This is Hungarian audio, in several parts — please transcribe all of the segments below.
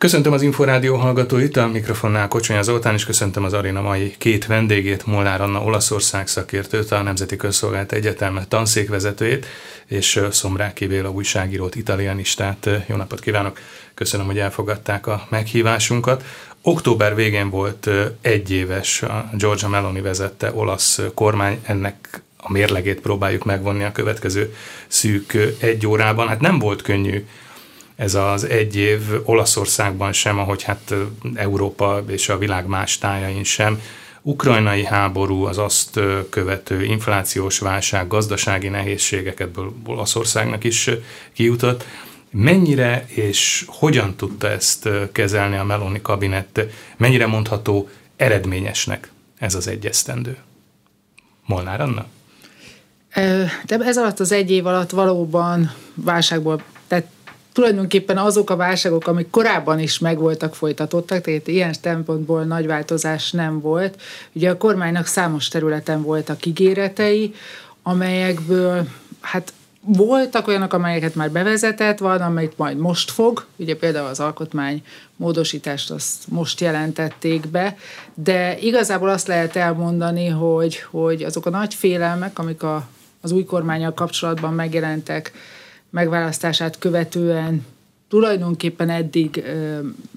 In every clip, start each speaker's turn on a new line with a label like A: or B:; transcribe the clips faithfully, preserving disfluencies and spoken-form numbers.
A: Köszöntöm az Inforádió hallgatóit, a mikrofonnál Kocsonya Zoltán, és köszöntöm az Aréna mai két vendégét, Molnár Anna Olaszország szakértőt, a Nemzeti Közszolgálati Egyetem tanszékvezetőjét, és Szombráki Béla újságírót, italianistát. Jó napot kívánok! Köszönöm, hogy elfogadták a meghívásunkat. Október végén volt egyéves a Giorgia Meloni vezette olasz kormány, ennek a mérlegét próbáljuk megvonni a következő szűk egy órában. Hát nem volt könnyű ez az egy év Olaszországban sem, ahogy hát Európa és a világ más tájain sem. Ukrajnai háború, az azt követő inflációs válság, gazdasági nehézségek, ebből Olaszországnak is kijutott. Mennyire és hogyan tudta ezt kezelni a Meloni kabinett? Mennyire mondható eredményesnek ez az egy esztendő? Molnár Anna?
B: De ez alatt az egy év alatt valóban válságból, tehát tulajdonképpen azok a válságok, amik korábban is megvoltak, folytatottak, tehát ilyen szempontból nagy változás nem volt. Ugye a kormánynak számos területen voltak ígéretei, amelyekből hát voltak olyanok, amelyeket már bevezetett, van, amelyet majd most fog, ugye például az alkotmány módosítást azt most jelentették be, de igazából azt lehet elmondani, hogy, hogy azok a nagy félelmek, amik a, az új kormánnyal kapcsolatban megjelentek, megválasztását követően tulajdonképpen eddig ö,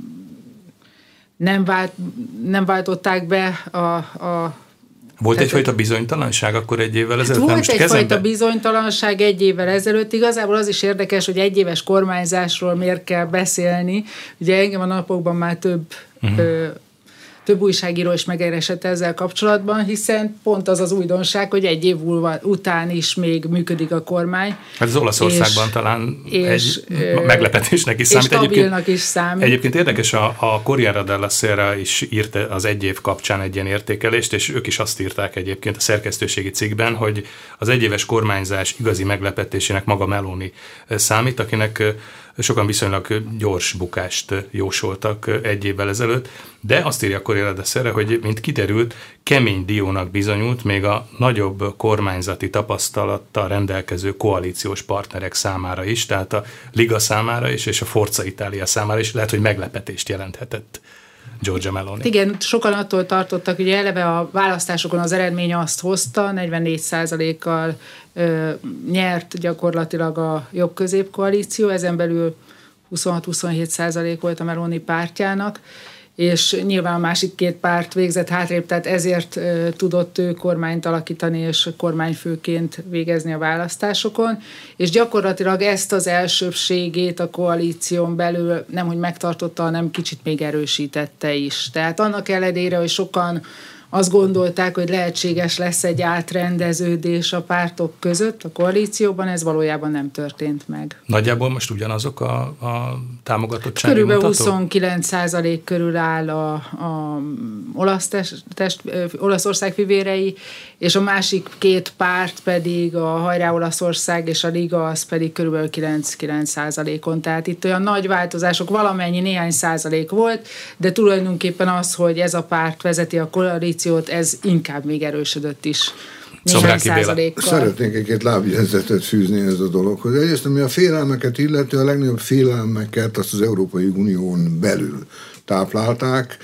B: nem, vált, nem váltották be a... a
A: Volt egyfajta bizonytalanság akkor egy évvel ezelőtt?
B: Hát volt egyfajta bizonytalanság egy évvel ezelőtt. Igazából az is érdekes, hogy egy éves kormányzásról miért kell beszélni. Ugye engem a napokban már több... Uh-huh. ö, Több újságíró is megeresett ezzel kapcsolatban, hiszen pont az az újdonság, hogy egy év után is még működik a kormány.
A: Hát az Olaszországban és, talán és, egy meglepetésnek is
B: és
A: számít.
B: Stabilnak is számít.
A: Egyébként érdekes, a, a Corriere della Sera is írt az egy év kapcsán egy ilyen értékelést, és ők is azt írták egyébként a szerkesztőségi cikkben, hogy az egyéves kormányzás igazi meglepetésének maga Meloni számít, akinek sokan viszonylag gyors bukást jósoltak egy évvel ezelőtt, de azt írja a Corriere della Sera, hogy mint kiderült, kemény diónak bizonyult még a nagyobb kormányzati tapasztalattal rendelkező koalíciós partnerek számára is, tehát a Liga számára is, és a Forza Italia számára is, lehet, hogy meglepetést jelenthetett Giorgia Meloni.
B: Igen, sokan attól tartottak, hogy eleve a választásokon az eredmény azt hozta, negyvennégy százalékkal ö, nyert gyakorlatilag a jobb-középkoalíció, ezen belül huszonhat-huszonhét százalék volt a Meloni pártjának, és nyilván a másik két párt végzett hátrébb, tehát ezért e, tudott ő kormányt alakítani és kormányfőként végezni a választásokon, és gyakorlatilag ezt az elsőbségét a koalíción belül nemhogy megtartotta, hanem kicsit még erősítette is. Tehát annak ellenére, hogy sokan azt gondolták, hogy lehetséges lesz egy átrendeződés a pártok között a koalícióban, ez valójában nem történt meg.
A: Nagyjából most ugyanazok a, a támogatottsági
B: Körülbelül
A: mutatók?
B: huszonkilenc százalék körül áll a, a olasz test, test, Olaszország fivérei, és a másik két párt pedig a Hajrá Olaszország és a Liga, az pedig körülbelül kilenc százalékon. Tehát itt olyan nagy változások, valamennyi néhány százalék volt, de tulajdonképpen az, hogy ez a párt vezeti a koalíciót, ez inkább még erősödött is.
A: Szombráki Béla.
C: Szeretnék egy-két lábjegyzetet fűzni ez a dologhoz. Egyrészt, ami a félelmeket illeti, a legnagyobb félelmeket azt az Európai Unión belül táplálták.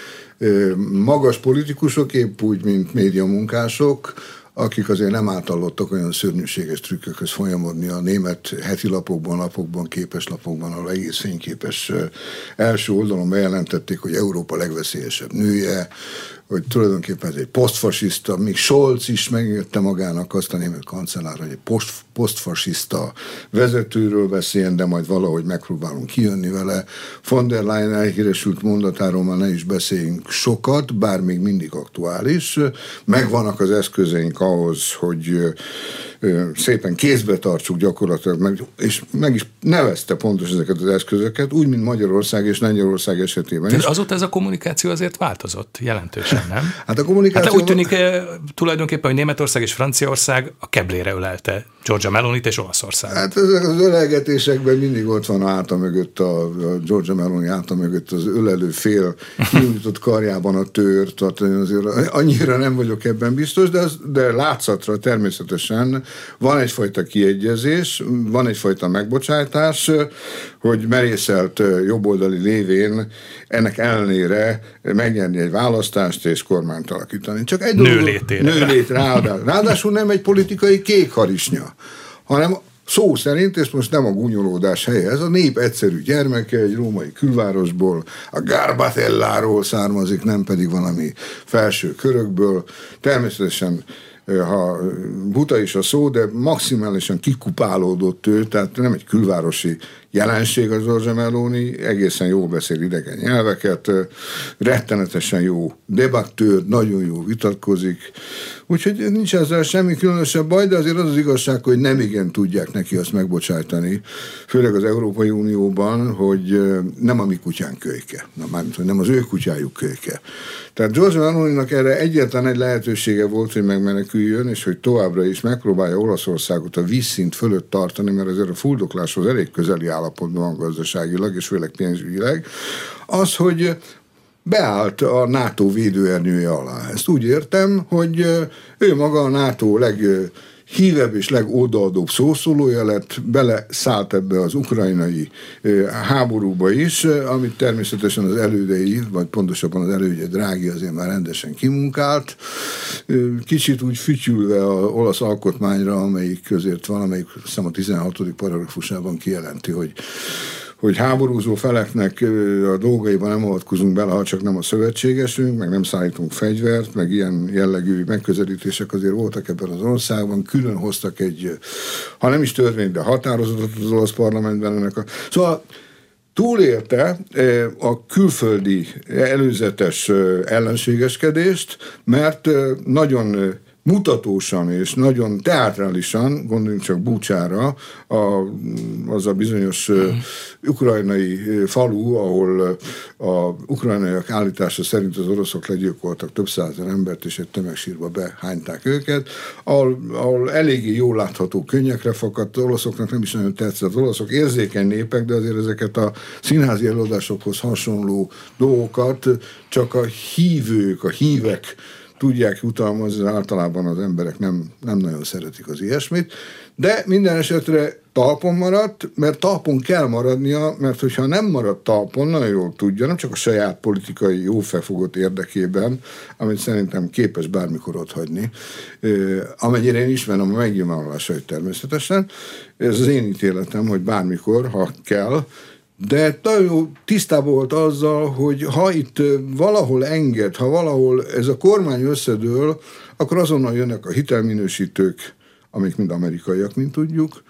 C: Magas politikusok, épp úgy, mint médiamunkások, akik azért nem átallottak olyan szörnyűséges trükkökhöz folyamodni a német heti lapokban, lapokban, képeslapokban, ahol egész fényképes első oldalon bejelentették, hogy Európa legveszélyesebb nője, hogy tulajdonképpen ez egy posztfasiszta, még Scholz is megjötte magának azt a német kancellár, hogy egy post, posztfasiszta vezetőről beszéljen, de majd valahogy megpróbálunk kijönni vele. Von der Leyen elhíresült mondatáról már ne is beszéljünk sokat, bár még mindig aktuális. Megvannak az eszközeink ahhoz, hogy szépen kézbe tartsuk gyakorlatilag, meg, és meg is nevezte pontos ezeket az eszközöket, úgy, mint Magyarország és Lengyelország esetében is.
A: Azóta ez a kommunikáció azért változott jelentősen, nem?
C: Hát a kommunikáció...
A: Hát úgy tűnik tulajdonképpen, hogy Németország és Franciaország a keblére ölelte Giorgia Melonit és Olaszország.
C: Hát ezek az ölelgetésekben mindig ott van áta mögött, a, a Giorgia Meloni áta mögött az ölelő fél kinyújtott karjában a tőr, tehát azért annyira nem vagyok ebben biztos, de, az, de látszatra természetesen van egyfajta kiegyezés, van egyfajta megbocsájtás, hogy merészelt jobboldali lévén ennek ellenére megnyerni egy választást és kormányt alakítani. Csak egy
A: nőlétére.
C: Nőlét, ráadásul. Ráadásul nem egy politikai kékharisnya, hanem szó szerint, és most nem a gúnyolódás helye, ez a nép egyszerű gyermeke, egy római külvárosból, a Garbatelláról származik, nem pedig valami felső körökből. Természetesen, ha buta is a szó, de maximálisan kikupálódott ő, tehát nem egy külvárosi jelenség az Giorgia Meloni, egészen jól beszél idegen nyelveket, rettenetesen jó debattőr, nagyon jó vitatkozik, úgyhogy nincs ezzel semmi különösebb baj, de azért az az igazság, hogy nem igen tudják neki azt megbocsájtani, főleg az Európai Unióban, hogy nem a mi kutyánk kölyke, na, mármint, hogy nem az ő kutyájuk kölyke. Tehát Giorgia Meloninak erre egyetlen egy lehetősége volt, hogy megmeneküljön, és hogy továbbra is megpróbálja Olaszországot a vízszint fölött tartani, mert azért a fuldokláshoz elég közeli állapotban van gazdaságilag, és főleg pénzügyileg, az, hogy beállt a NATO védőernyője alá. Ezt úgy értem, hogy ő maga a NATO leghívebb és legoldaldóbb szószólója lett, beleszállt ebbe az ukrajnai háborúba is, amit természetesen az elődei, vagy pontosabban az elődje Drági azért már rendesen kimunkált, kicsit úgy fütyülve az olasz alkotmányra, amelyik között valamelyik, hiszem a tizenhatodik paragrafusában kijelenti, hogy hogy háborúzó feleknek a dolgaiban nem avatkozunk bele, ha csak nem a szövetségesünk, meg nem szállítunk fegyvert, meg ilyen jellegű megközelítések azért voltak ebben az országban, külön hoztak egy, ha nem is törvényt, de határozatot az olasz parlamentben ennek a... Szóval túlélte a külföldi előzetes ellenségeskedést, mert nagyon mutatósan és nagyon teátrálisan, gondoljunk csak Bucsára, a, az a bizonyos mm. ukrajnai falu, ahol a ukrajnaiak állítása szerint az oroszok legyilkoltak több százezer embert, és egy tömegsírba behányták őket, ahol, ahol eléggé jól látható könnyekre fakadt, az oroszoknak nem is nagyon tetszett. Az oroszok érzékeny népek, de azért ezeket a színházi előadásokhoz hasonló dolgokat csak a hívők, a hívek tudják jutalmazni, általában az emberek nem, nem nagyon szeretik az ilyesmit, de minden esetre talpon maradt, mert talpon kell maradnia, mert hogyha nem maradt talpon, nagyon jól tudja, nem csak a saját politikai jófelfogott érdekében, amit szerintem képes bármikor otthagyni, amennyire én ismerem a megnyilvánulásait természetesen, ez az én ítéletem, hogy bármikor, ha kell, de nagyon tisztában volt azzal, hogy ha itt valahol enged, ha valahol ez a kormány összedől, akkor azonnal jönnek a hitelminősítők, amik mind amerikaiak, mint tudjuk.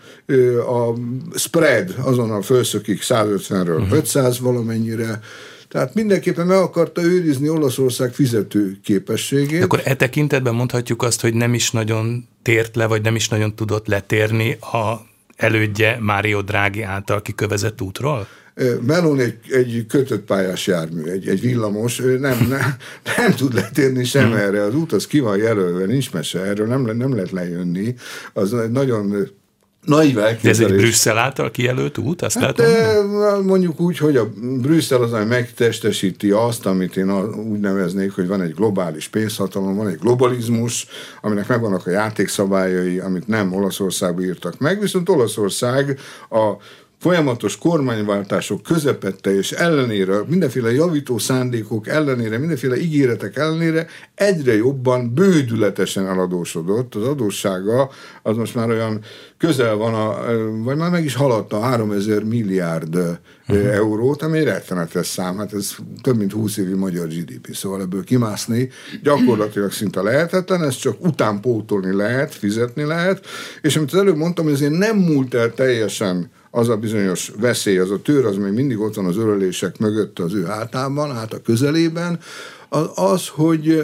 C: A spread azonnal felszökik százötvenről uh-huh. ötszáz valamennyire. Tehát mindenképpen meg akarta őrizni Olaszország fizető képességét.
A: Akkor e tekintetben mondhatjuk azt, hogy nem is nagyon tért le, vagy nem is nagyon tudott letérni a elődje Mario Draghi által kikövezett útról?
C: Meloni egy, egy kötött pályás jármű, egy, egy villamos, ő nem, nem, nem tud letérni sem hmm. erre, az út az ki van jelölve, nincs mese, erről nem, nem lehet lejönni, az nagyon naiv elképzelés.
A: De ez egy Brüsszel által kijelölt út, azt
C: hát
A: lehet
C: mondjuk úgy, hogy a Brüsszel az, ami megtestesíti azt, amit én úgy neveznék, hogy van egy globális pénzhatalom, van egy globalizmus, aminek megvannak a játékszabályai, amit nem Olaszországban írtak meg, viszont Olaszország a folyamatos kormányváltások közepette és ellenére, mindenféle javító szándékok ellenére, mindenféle ígéretek ellenére egyre jobban, bődületesen eladósodott. Az adóssága az most már olyan közel van, a, vagy már meg is haladta a háromezer milliárd uh-huh. eurót, ami egy rettenetes szám, hát ez több mint húsz évi magyar gé dé pé, szóval ebből kimászni gyakorlatilag szinte lehetetlen, ezt csak utánpótolni lehet, fizetni lehet, és amit az előbb mondtam, ezért nem múlt el teljesen az a bizonyos veszély, az a tőr, az még mindig ott van az ölelések mögött az ő hátában, hát a közelében, az, az hogy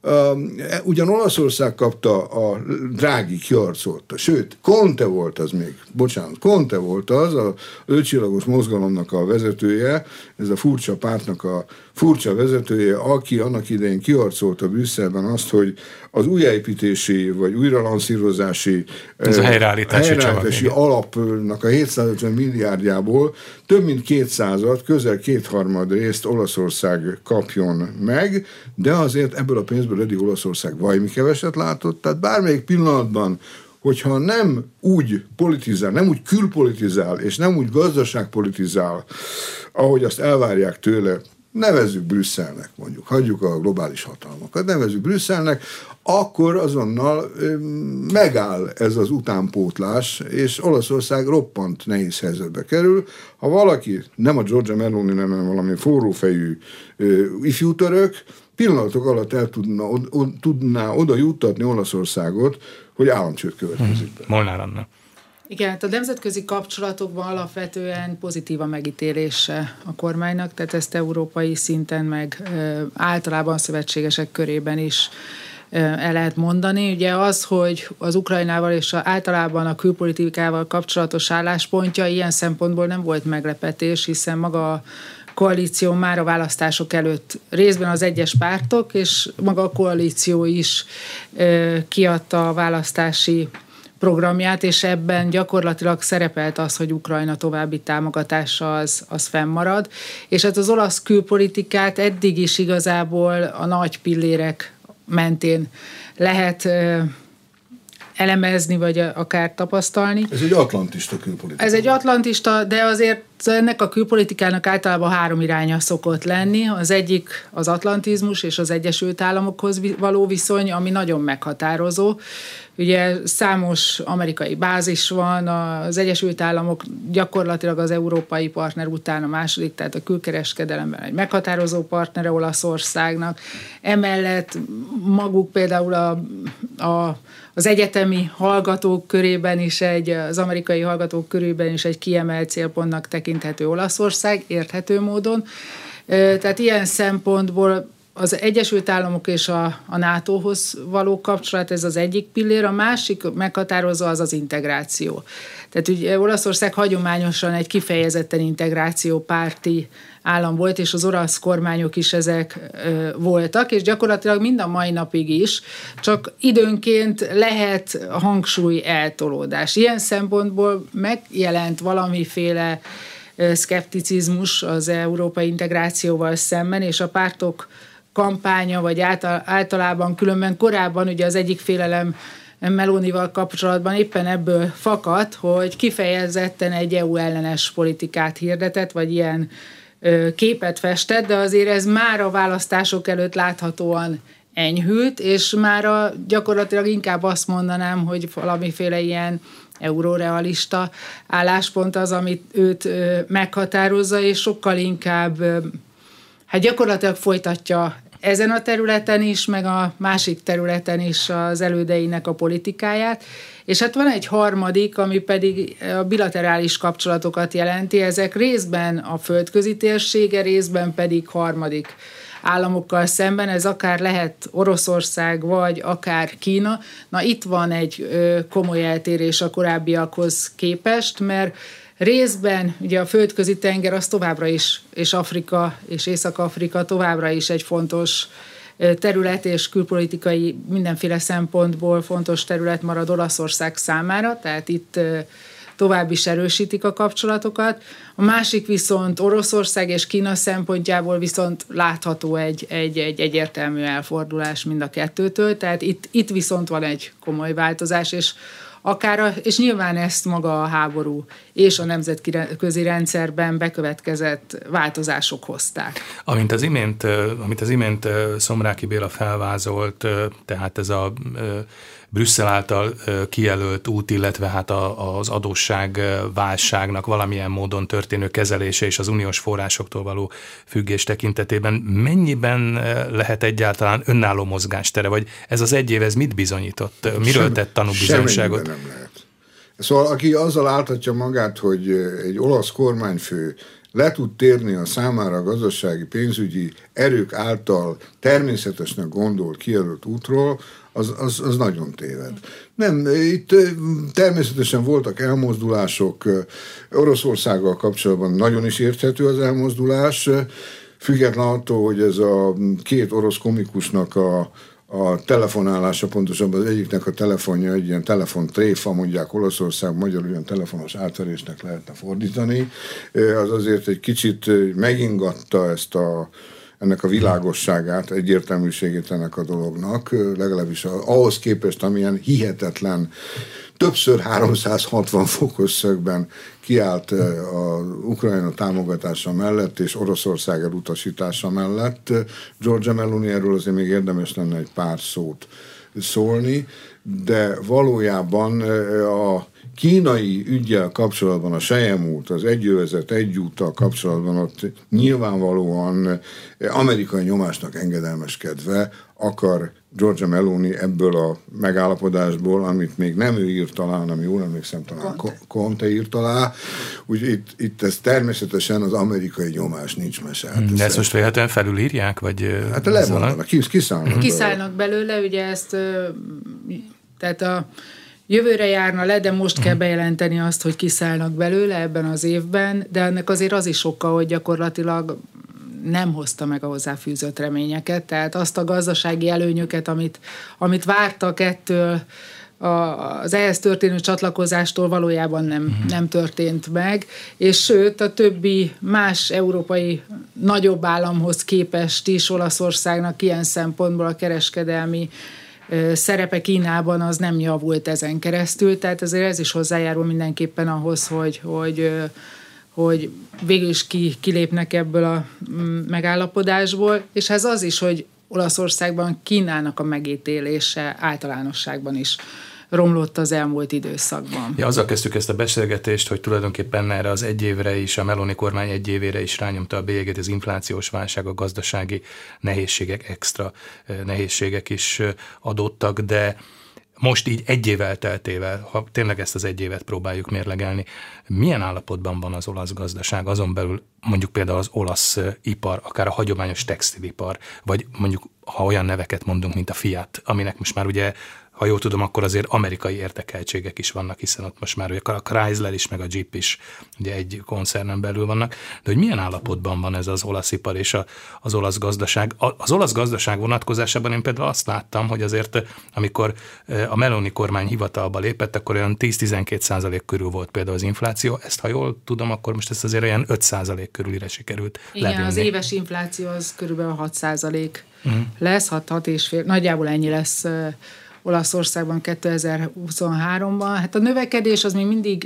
C: Ugyan Olaszország kapta a Draghi kiarcolta, sőt, Conte volt az még, bocsánat, Conte volt az, a ötcsillagos mozgalomnak a vezetője, ez a furcsa pártnak a furcsa vezetője, aki annak idején kiarcolta Brüsszelben azt, hogy az újjáépítési vagy újralanszírozási
A: ez a helyreállítási,
C: helyreállítási alapnak a hétszázötven milliárdjából több mint kétszázat, közel kétharmad részt Olaszország kapjon meg, de azért ebből a pénzből eddig Olaszország vajmi keveset látott, tehát bármelyik pillanatban, hogyha nem úgy politizál, nem úgy külpolitizál, és nem úgy gazdaságpolitizál, ahogy azt elvárják tőle, nevezzük Brüsszelnek, mondjuk, hagyjuk a globális hatalmakat, nevezzük Brüsszelnek, akkor azonnal megáll ez az utánpótlás, és Olaszország roppant nehéz helyzetbe kerül. Ha valaki, nem a Giorgia Meloni, hanem valami forrófejű ifjú török, pillanatok alatt el tudna, od, od, tudná oda juttatni Olaszországot, hogy államcsőd következik be.
A: Molnár Anna.
B: Igen, hát a nemzetközi kapcsolatokban alapvetően pozitív a megítélése a kormánynak, tehát ezt európai szinten, meg általában a szövetségesek körében is el lehet mondani. Ugye az, hogy az Ukrajnával és általában a külpolitikával kapcsolatos álláspontja ilyen szempontból nem volt meglepetés, hiszen maga a koalíció már a választások előtt részben az egyes pártok, és maga a koalíció is kiadta a választási programját, és ebben gyakorlatilag szerepelt az, hogy Ukrajna további támogatása az, az fennmarad. És hát az olasz külpolitikát eddig is igazából a nagy pillérek mentén lehet elemezni, vagy akár tapasztalni.
C: Ez egy atlantista külpolitika.
B: Ez egy atlantista, de azért ennek a külpolitikának általában három iránya szokott lenni. Az egyik az atlantizmus és az Egyesült Államokhoz való viszony, ami nagyon meghatározó. Ugye számos amerikai bázis van, az Egyesült Államok gyakorlatilag az európai partner után a második, tehát a külkereskedelemben egy meghatározó partnere Olaszországnak. Emellett maguk például a, a az egyetemi hallgatók körében is egy, az amerikai hallgatók körében is egy kiemelt célpontnak tekinthető Olaszország, érthető módon. Tehát ilyen szempontból az Egyesült Államok és a, a nátóhoz való kapcsolat, ez az egyik pillér, a másik meghatározó az az integráció. Tehát ugye Olaszország hagyományosan egy kifejezetten integrációpárti állam volt, és az orosz kormányok is ezek ö, voltak, és gyakorlatilag mind a mai napig is, csak időnként lehet hangsúly eltolódás. Ilyen szempontból megjelent valamiféle ö, szkepticizmus az európai integrációval szemben, és a pártok kampánya, vagy által, általában különben korábban ugye az egyik félelem Melonival kapcsolatban éppen ebből fakadt, hogy kifejezetten egy é u ellenes politikát hirdetett, vagy ilyen ö, képet festett, de azért ez már a választások előtt láthatóan enyhült, és már a, gyakorlatilag inkább azt mondanám, hogy valamiféle ilyen eurorealista álláspont az, amit őt ö, meghatározza, és sokkal inkább ö, hát gyakorlatilag folytatja ezen a területen is, meg a másik területen is az elődeinek a politikáját. És hát van egy harmadik, ami pedig a bilaterális kapcsolatokat jelenti. Ezek részben a földközi térsége, részben pedig harmadik államokkal szemben. Ez akár lehet Oroszország, vagy akár Kína. Na itt van egy komoly eltérés a korábbiakhoz képest, mert részben ugye a földközi tenger az továbbra is, és Afrika és Észak-Afrika továbbra is egy fontos terület, és külpolitikai mindenféle szempontból fontos terület marad Olaszország számára, tehát itt tovább is erősítik a kapcsolatokat. A másik viszont Oroszország és Kína szempontjából viszont látható egy, egy, egy egyértelmű elfordulás mind a kettőtől, tehát itt, itt viszont van egy komoly változás, és akár a, és nyilván ezt maga a háború és a nemzetközi rendszerben bekövetkezett változások hozták.
A: Amint az imént, amit az imént Szomráki Béla felvázolt, tehát ez a Brüsszel által kijelölt út, illetve hát az adósságválságnak valamilyen módon történő kezelése és az uniós forrásoktól való függés tekintetében mennyiben lehet egyáltalán önálló mozgástere, vagy ez az egy év, ez mit bizonyított? Miről Sem, tett tanúbizonyságot?
C: Nem lehet. Szóval aki azzal áltatja magát, hogy egy olasz kormányfő le tud térni a számára a gazdasági pénzügyi erők által természetesnek gondolt kijelölt útról, az, az, az nagyon téved. Nem, itt természetesen voltak elmozdulások, Oroszországgal kapcsolatban nagyon is érthető az elmozdulás, független attól, hogy ez a két orosz komikusnak a a telefonálása, pontosabban az egyiknek a telefonja egy ilyen telefontréfa, mondják Olaszország, magyarul ilyen telefonos átverésnek lehetne fordítani, az azért egy kicsit megingatta ezt a, ennek a világosságát, egyértelműségét ennek a dolognak, legalábbis ahhoz képest, amilyen hihetetlen, többször háromszázhatvan fokos szögben kiállt az Ukrajna támogatása mellett és Oroszország elutasítása mellett. Giorgia Meloni, erről azért még érdemes lenne egy pár szót szólni, de valójában a kínai üggyel kapcsolatban, a selyemút, az egyövezet egyúttal kapcsolatban ott nyilvánvalóan amerikai nyomásnak engedelmeskedve akar Giorgia Meloni ebből a megállapodásból, amit még nem ő írt alá, hanem jól emlékszem, talán Conte írt alá, úgy itt, itt ez természetesen az amerikai nyomás nincs mese. Hát
A: de ezt most véletlenül felülírják? Vagy
C: hát lemondanak, kiszállnak.
B: Kiszállnak belőle, ugye ezt, tehát a jövőre járna le, de most kell bejelenteni azt, hogy kiszállnak belőle ebben az évben, de ennek azért az is oka, hogy gyakorlatilag nem hozta meg a hozzáfűzött reményeket, tehát azt a gazdasági előnyöket, amit, amit vártak ettől az ehhez történő csatlakozástól valójában nem, uh-huh. nem történt meg, és sőt a többi más európai nagyobb államhoz képest is Olaszországnak ilyen szempontból a kereskedelmi szerepe Kínában az nem javult ezen keresztül, tehát azért ez is hozzájárul mindenképpen ahhoz, hogy, hogy, hogy végül is ki, kilépnek ebből a megállapodásból, és ez az is, hogy Olaszországban Kínának a megítélése általánosságban is romlott az elmúlt időszakban.
A: Ja, azzal kezdtük ezt a beszélgetést, hogy tulajdonképpen erre az egy évre is, a Meloni kormány egy évére is rányomta a bélyegét, az inflációs válság, a gazdasági nehézségek, extra nehézségek is adódtak, de most így egy év elteltével, ha tényleg ezt az egy évet próbáljuk mérlegelni, milyen állapotban van az olasz gazdaság, azon belül mondjuk például az olasz ipar, akár a hagyományos textilipar, vagy mondjuk, ha olyan neveket mondunk, mint a Fiat, aminek most már ugye, ha jól tudom, akkor azért amerikai érdekeltségek is vannak, hiszen ott most már ugye a Chrysler is, meg a Jeep is ugye egy koncernen belül vannak, de hogy milyen állapotban van ez az olasz ipar és a, az olasz gazdaság. Az olasz gazdaság vonatkozásában én például azt láttam, hogy azért, amikor a Meloni kormány hivatalba lépett, akkor olyan tíz-tizenkét százalék körül volt például az infláció. Ezt, ha jól tudom, akkor most ezt azért olyan öt százalék körülire sikerült
B: levinni. Igen, az éves infláció az körülbelül hat százalék uh-huh. lesz, hat-hat és fél, nagyjából ennyi lesz Olaszországban kétezer-huszonháromban. Hát a növekedés az még mindig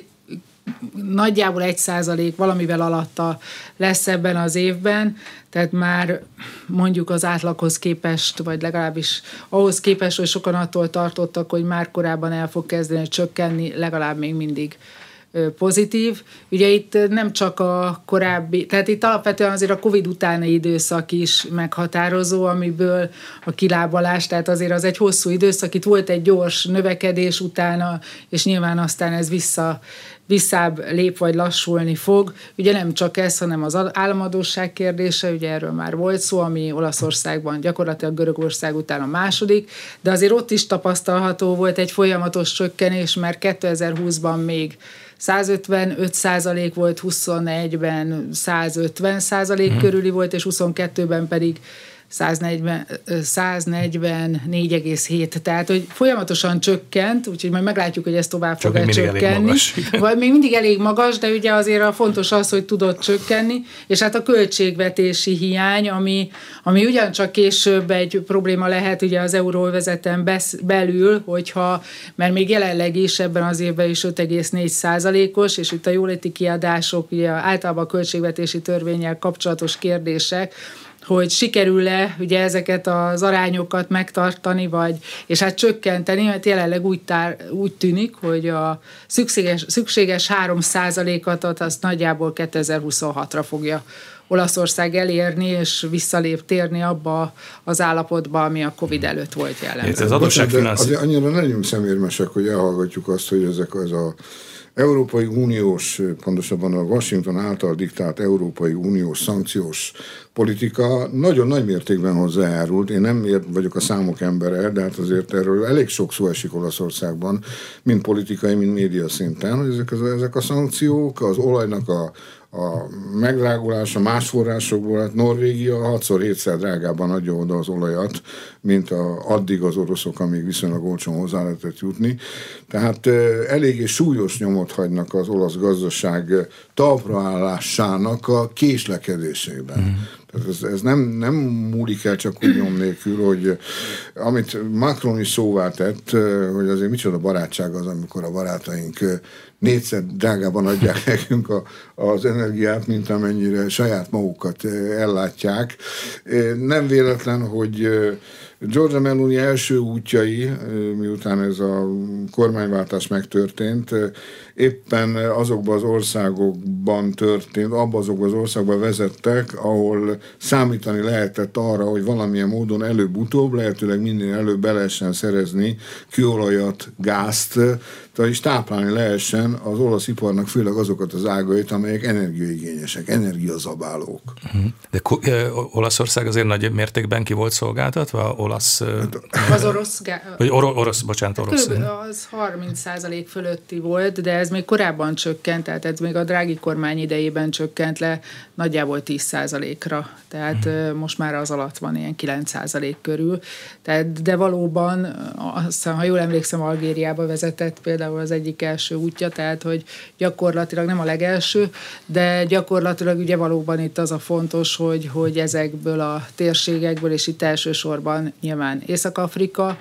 B: nagyjából egy százalék valamivel alatta lesz ebben az évben, tehát már mondjuk az átlaghoz képest, vagy legalábbis ahhoz képest, hogy sokan attól tartottak, hogy már korábban el fog kezdeni csökkenni, legalább még mindig pozitív. Ugye itt nem csak a korábbi, tehát itt alapvetően azért a Covid utáni időszak is meghatározó, amiből a kilábalás, tehát azért az egy hosszú időszak, itt volt egy gyors növekedés utána, és nyilván aztán ez vissza, visszább lép vagy lassulni fog. Ugye nem csak ez, hanem az államadósság kérdése, ugye erről már volt szó, ami Olaszországban gyakorlatilag Görögország után a második, de azért ott is tapasztalható volt egy folyamatos csökkenés, mert kétezer-húszban még százötvenöt százalék volt, huszonegyben százötven százalék uh-huh. körüli volt, és huszonkettőben pedig száznegyvennégy egész hét. Tehát, hogy folyamatosan csökkent, úgyhogy majd meglátjuk, hogy ez tovább
A: Csak
B: fog csökkenni. Vagy még mindig elég magas, de ugye azért a fontos az, hogy tudott csökkenni, és hát a költségvetési hiány, ami, ami ugyancsak később egy probléma lehet ugye az euróvezeten belül, hogyha, mert még jelenleg is ebben az évben is öt egész négy százalékos, és itt a jóléti kiadások, ugye általában a költségvetési törvénnyel kapcsolatos kérdések, hogy sikerül-e ugye ezeket az arányokat megtartani, vagy, és hát csökkenteni, mert jelenleg úgy, tár, úgy tűnik, hogy a szükséges, szükséges három százalékot azt nagyjából kétezer-huszonhatra fogja Olaszország elérni, és visszalép térni abba az állapotba, ami a Covid előtt volt jelen.
A: Ez az adósságfinanszírozás.
C: Annyira ne legyünk szemérmesek, hogy elhallgatjuk azt, hogy ezek az a Európai Uniós, pontosabban a Washington által diktált Európai Uniós szankciós politika nagyon nagy mértékben hozzájárult. Én nem vagyok a számok embere, de hát azért erről elég sok szó esik Olaszországban, mind politikai, mind média szinten, hogy ezek, ezek a szankciók, az olajnak a a megdrágulása más forrásokból, hát Norvégia hatszor hétszer drágában adja oda az olajat, mint a, addig az oroszok, amíg viszonylag olcsón hozzá lehetett jutni. Tehát eléggé súlyos nyomot hagynak az olasz gazdaság talpraállásának a késlekedésében. Mm. Tehát ez, ez nem, nem múlik el csak úgy nyom nélkül, hogy amit Macron is szóvá tett, hogy azért micsoda barátság az, amikor a barátaink négyszer drágában adják nekünk a, az energiát, mint amennyire saját magukat ellátják. Nem véletlen, hogy Giorgia Meloni első útjai, miután ez a kormányváltás megtörtént, éppen azokban az országokban történt, abban azokban az országban vezettek, ahol számítani lehetett arra, hogy valamilyen módon előbb-utóbb, lehetőleg minél előbb be lehessen szerezni kőolajat, gázt, és táplálni lehessen az olasz iparnak főleg azokat az ágait, amelyek energiaigényesek, energiazabálók.
A: De Olaszország azért nagy mértékben ki volt szolgáltatva? Olasz...
B: Az orosz... Gá...
A: Vagy or- orosz, bocsánat, orosz.
B: Az harminc százalék fölötti volt, de ez még korábban csökkent, tehát ez még a Draghi kormány idejében csökkent le nagyjából tíz százalékra. Tehát hmm. most már az alatt van ilyen kilenc százalék körül. Tehát, de valóban, aztán, ha jól emlékszem, Algériába vezetett például az egyik első útja, tehát hogy gyakorlatilag nem a legelső, de gyakorlatilag ugye valóban itt az a fontos, hogy, hogy ezekből a térségekből, és itt elsősorban nyilván Észak-Afrika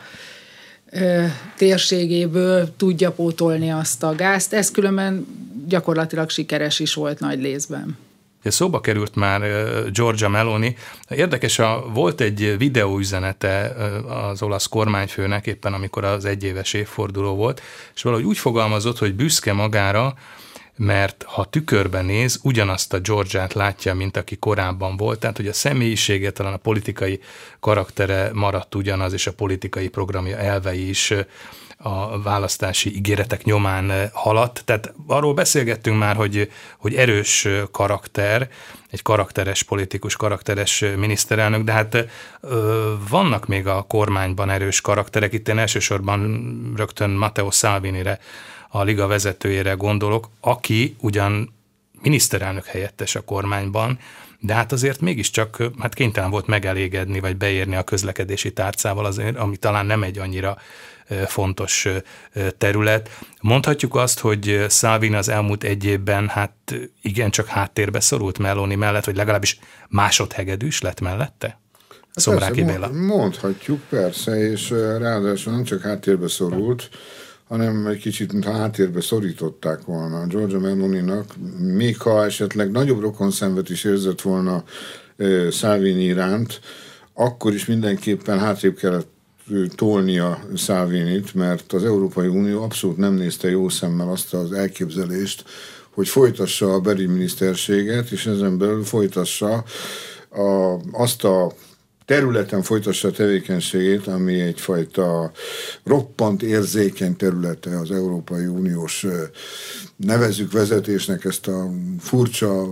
B: térségéből tudja pótolni azt a gázt. Ez különben gyakorlatilag sikeres is volt nagy részben.
A: Szóba került már Giorgia Meloni. Érdekes, a, volt egy videóüzenete az olasz kormányfőnek éppen, amikor az egyéves évforduló volt, és valahogy úgy fogalmazott, hogy büszke magára, mert ha tükörben néz, ugyanazt a Giorgiát látja, mint aki korábban volt, tehát hogy a személyisége, talán a politikai karaktere maradt ugyanaz, és a politikai programja, elvei is a választási ígéretek nyomán haladt. Tehát arról beszélgettünk már, hogy, hogy erős karakter, egy karakteres politikus, karakteres miniszterelnök, de hát ö, vannak még a kormányban erős karakterek. Itt én elsősorban rögtön Matteo Salvinire, a liga vezetőjére gondolok, aki ugyan miniszterelnök helyettes a kormányban, de hát azért mégiscsak hát kénytelen volt megelégedni, vagy beérni a közlekedési tárcával, azért, ami talán nem egy annyira fontos terület. Mondhatjuk azt, hogy Salvini az elmúlt egy évben hát igencsak háttérbe szorult Meloni mellett, vagy legalábbis másodhegedűs lett mellette? Szomráki Béla.
C: Mondhatjuk, persze, és ráadásul nem csak háttérbe szorult, hanem egy kicsit, mintha háttérbe szorították volna a Giorgia Meloninak, még ha esetleg nagyobb rokonszenvet is érzett volna uh, Salvini iránt, akkor is mindenképpen hátrébb kellett tolnia Salvinit, mert az Európai Unió abszolút nem nézte jó szemmel azt az elképzelést, hogy folytassa a belügyminiszterséget, és ezen belül folytassa a, azt a területen folytassa a tevékenységét, ami egyfajta roppant érzékeny területe az Európai Uniós, nevezzük vezetésnek ezt a furcsa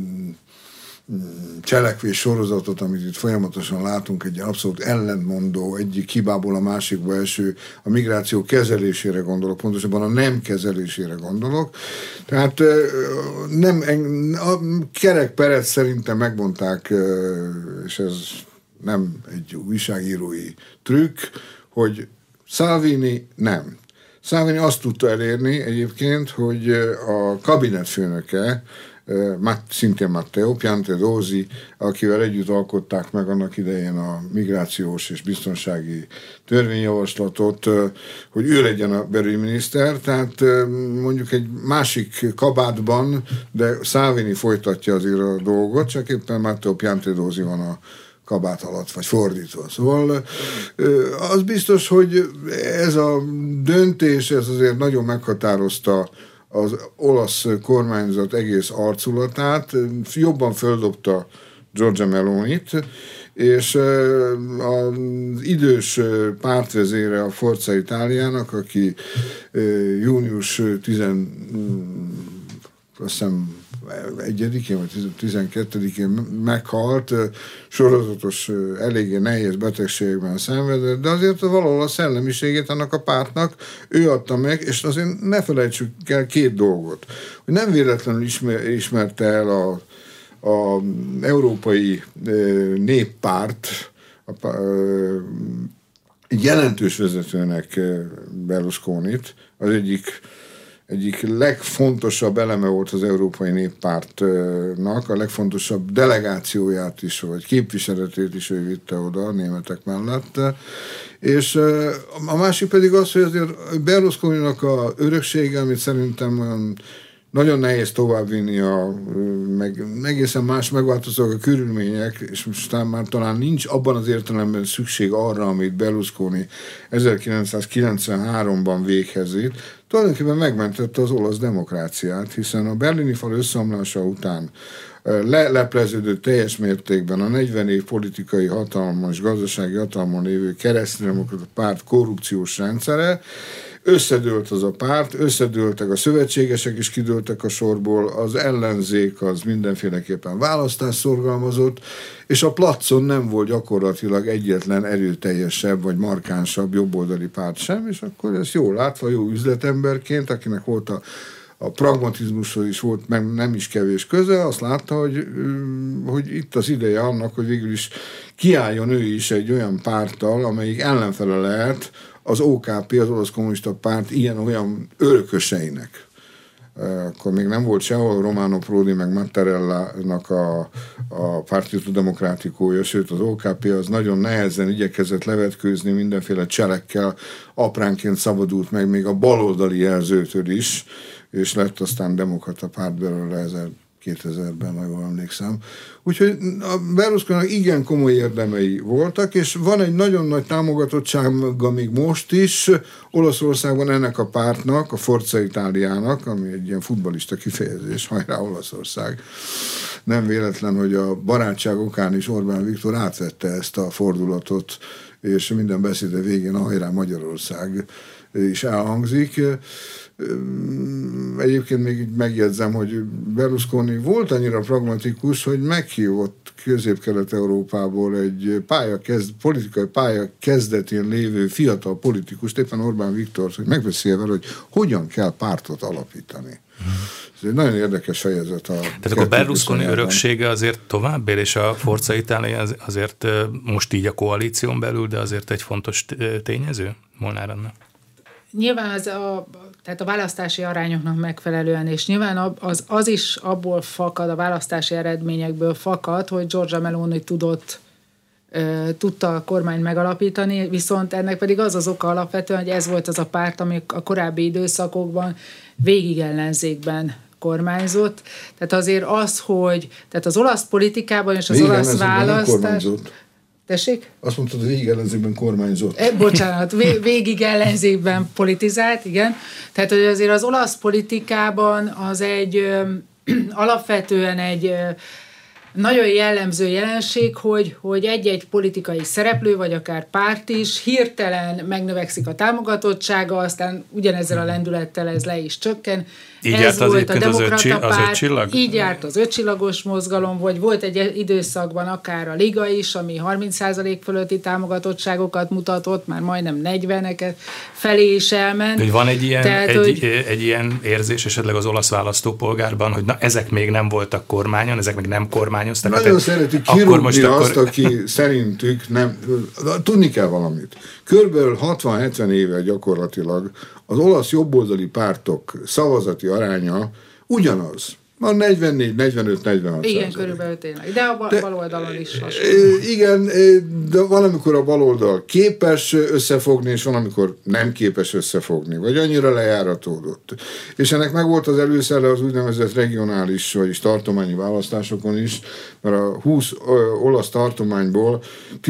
C: cselekvés sorozatot, amit itt folyamatosan látunk, egy abszolút ellentmondó, egyik hibából a másikba eső, a migráció kezelésére gondolok, pontosabban a nem kezelésére gondolok. Tehát nem, a Kerek Perec szerintem megmondták, és ez nem egy újságírói trükk, hogy Salvini nem. Salvini azt tudta elérni egyébként, hogy a kabinetfőnöke, szintén Matteo Piantedosi, akivel együtt alkották meg annak idején a migrációs és biztonsági törvényjavaslatot, hogy ő legyen a belügyminiszter, tehát mondjuk egy másik kabátban, de Salvini folytatja azért a dolgot, csak éppen Matteo Piantedosi van a kabát alatt, vagy fordítva. Szóval az biztos, hogy ez a döntés, ez azért nagyon meghatározta az olasz kormányzat egész arculatát, jobban földobta Giorgia Melonit, és az idős pártvezére a Forza Italiának, aki június tizenegyedikén vagy tizenkettedikén meghalt, sorozatos, eléggé nehéz betegségben szenvedett, de azért valahol a szellemiségét annak a pártnak ő adta meg, és azért ne felejtsük el két dolgot, hogy nem véletlenül ismer, ismerte el a a Európai Néppárt a, egy jelentős vezetőnek Berlusconit, az egyik, egyik legfontosabb eleme volt az Európai Néppártnak, a legfontosabb delegációját is, vagy képviseletét is ő vitte oda a németek mellett. És a másik pedig az, hogy azért Berlusconinak a öröksége, amit szerintem nagyon nehéz továbbvinni, a, meg egészen más megváltozók a körülmények, és most már talán nincs abban az értelemben szükség arra, amit Berlusconi ezerkilencszázkilencvenháromban véghez vitt, tulajdonképpen megmentette az olasz demokráciát, hiszen a berlini fal összeomlása után lelepleződött teljes mértékben a negyven év politikai hatalma és gazdasági hatalmon lévő kereszténydemokrata párt korrupciós rendszere, összedőlt az a párt, összedőltek a szövetségesek is, kidőltek a sorból, az ellenzék az mindenféleképpen választást szorgalmazott, és a placon nem volt gyakorlatilag egyetlen erőteljesebb vagy markánsabb jobboldali párt sem, és akkor ezt jól látva, jó üzletemberként, akinek volt a a pragmatizmushoz is volt, meg nem is kevés köze, azt látta, hogy, hogy itt az ideje annak, hogy végül is kiálljon ő is egy olyan párttal, amelyik ellenfele lehet az o ká pé, az Olasz Kommunista Párt ilyen-olyan örököseinek. Akkor még nem volt sehol Romano Prodi, meg Mattarellának a, a Partito Democraticoja, sőt az o ká pé az nagyon nehezen igyekezett levetkőzni mindenféle cselekkel, apránként szabadult meg még a baloldali jelzőtől is, és lett aztán demokrata párt belőle kétezerben, ha jól emlékszem. Úgyhogy a Berlusconinak igen komoly érdemei voltak, és van egy nagyon nagy támogatottsága még most is Olaszországban ennek a pártnak, a Forza Italiának, ami egy ilyen futballista kifejezés, hajrá Olaszország. Nem véletlen, hogy a barátság okán is Orbán Viktor átvette ezt a fordulatot, és minden beszéde végén a hajrá Magyarország is elhangzik. Egyébként még megjegyzem, hogy Berlusconi volt annyira pragmatikus, hogy meghívott Közép-Kelet-Európából egy pálya kezd, politikai pálya kezdetén lévő fiatal politikust, éppen Orbán Viktor, hogy megbeszélje vele, hogy hogyan kell pártot alapítani. Ez egy nagyon érdekes fejezet. A
A: Tehát akkor Berlusconi öröksége azért tovább él, és a Forza Italia azért most így a koalíción belül, de azért egy fontos tényező Molnár Anna?
B: Nyilván az a, tehát a választási arányoknak megfelelően, és nyilván az, az is abból fakad, a választási eredményekből fakad, hogy Giorgia Meloni tudott, e, tudta a kormányt megalapítani, viszont ennek pedig az az oka alapvetően, hogy ez volt az a párt, ami a korábbi időszakokban végig ellenzékben kormányzott. Tehát azért az, hogy tehát az olasz politikában és az
C: végig
B: olasz választás... Tessék?
C: Azt mondtad, hogy végig ellenzékben kormányzott.
B: E, bocsánat, végig ellenzékben politizált, igen. Tehát, hogy azért az olasz politikában az egy ö, alapvetően egy ö, nagyon jellemző jelenség, hogy, hogy egy-egy politikai szereplő, vagy akár párt is hirtelen megnövekszik a támogatottsága, aztán ugyanezzel a lendülettel ez le is csökken.
A: Így
B: ez
A: járt
B: volt
A: az
B: a demokrata
A: az
B: párt,
A: öt csillag?
B: Így járt az ötcsillagos mozgalom, vagy volt egy időszakban akár a Liga is, ami harminc százalék fölötti támogatottságokat mutatott, már majdnem negyveneket felé is elment.
A: Hogy van egy ilyen,
B: Tehát,
A: egy,
B: hogy...
A: egy ilyen érzés esetleg az olasz választópolgárban, hogy na ezek még nem voltak kormányon, ezek még nem kormányoztak.
C: Nagyon hát szeretik kirúgni azt, akkor... aki szerintük nem... Tudni kell valamit. Körülbelül hatvan-hetven éve gyakorlatilag az olasz jobboldali pártok szavazati aránya ugyanaz. Van negyvennégy, negyvenöt, negyvenhat
B: Igen,
C: százalék.
B: körülbelül tényleg. De a de, baloldalon is hasonló.
C: Igen, de van, amikor a baloldal képes összefogni, és van, amikor nem képes összefogni, vagy annyira lejáratódott. És ennek meg volt az előszere az úgynevezett regionális, vagyis tartományi választásokon is, mert a húsz olasz tartományból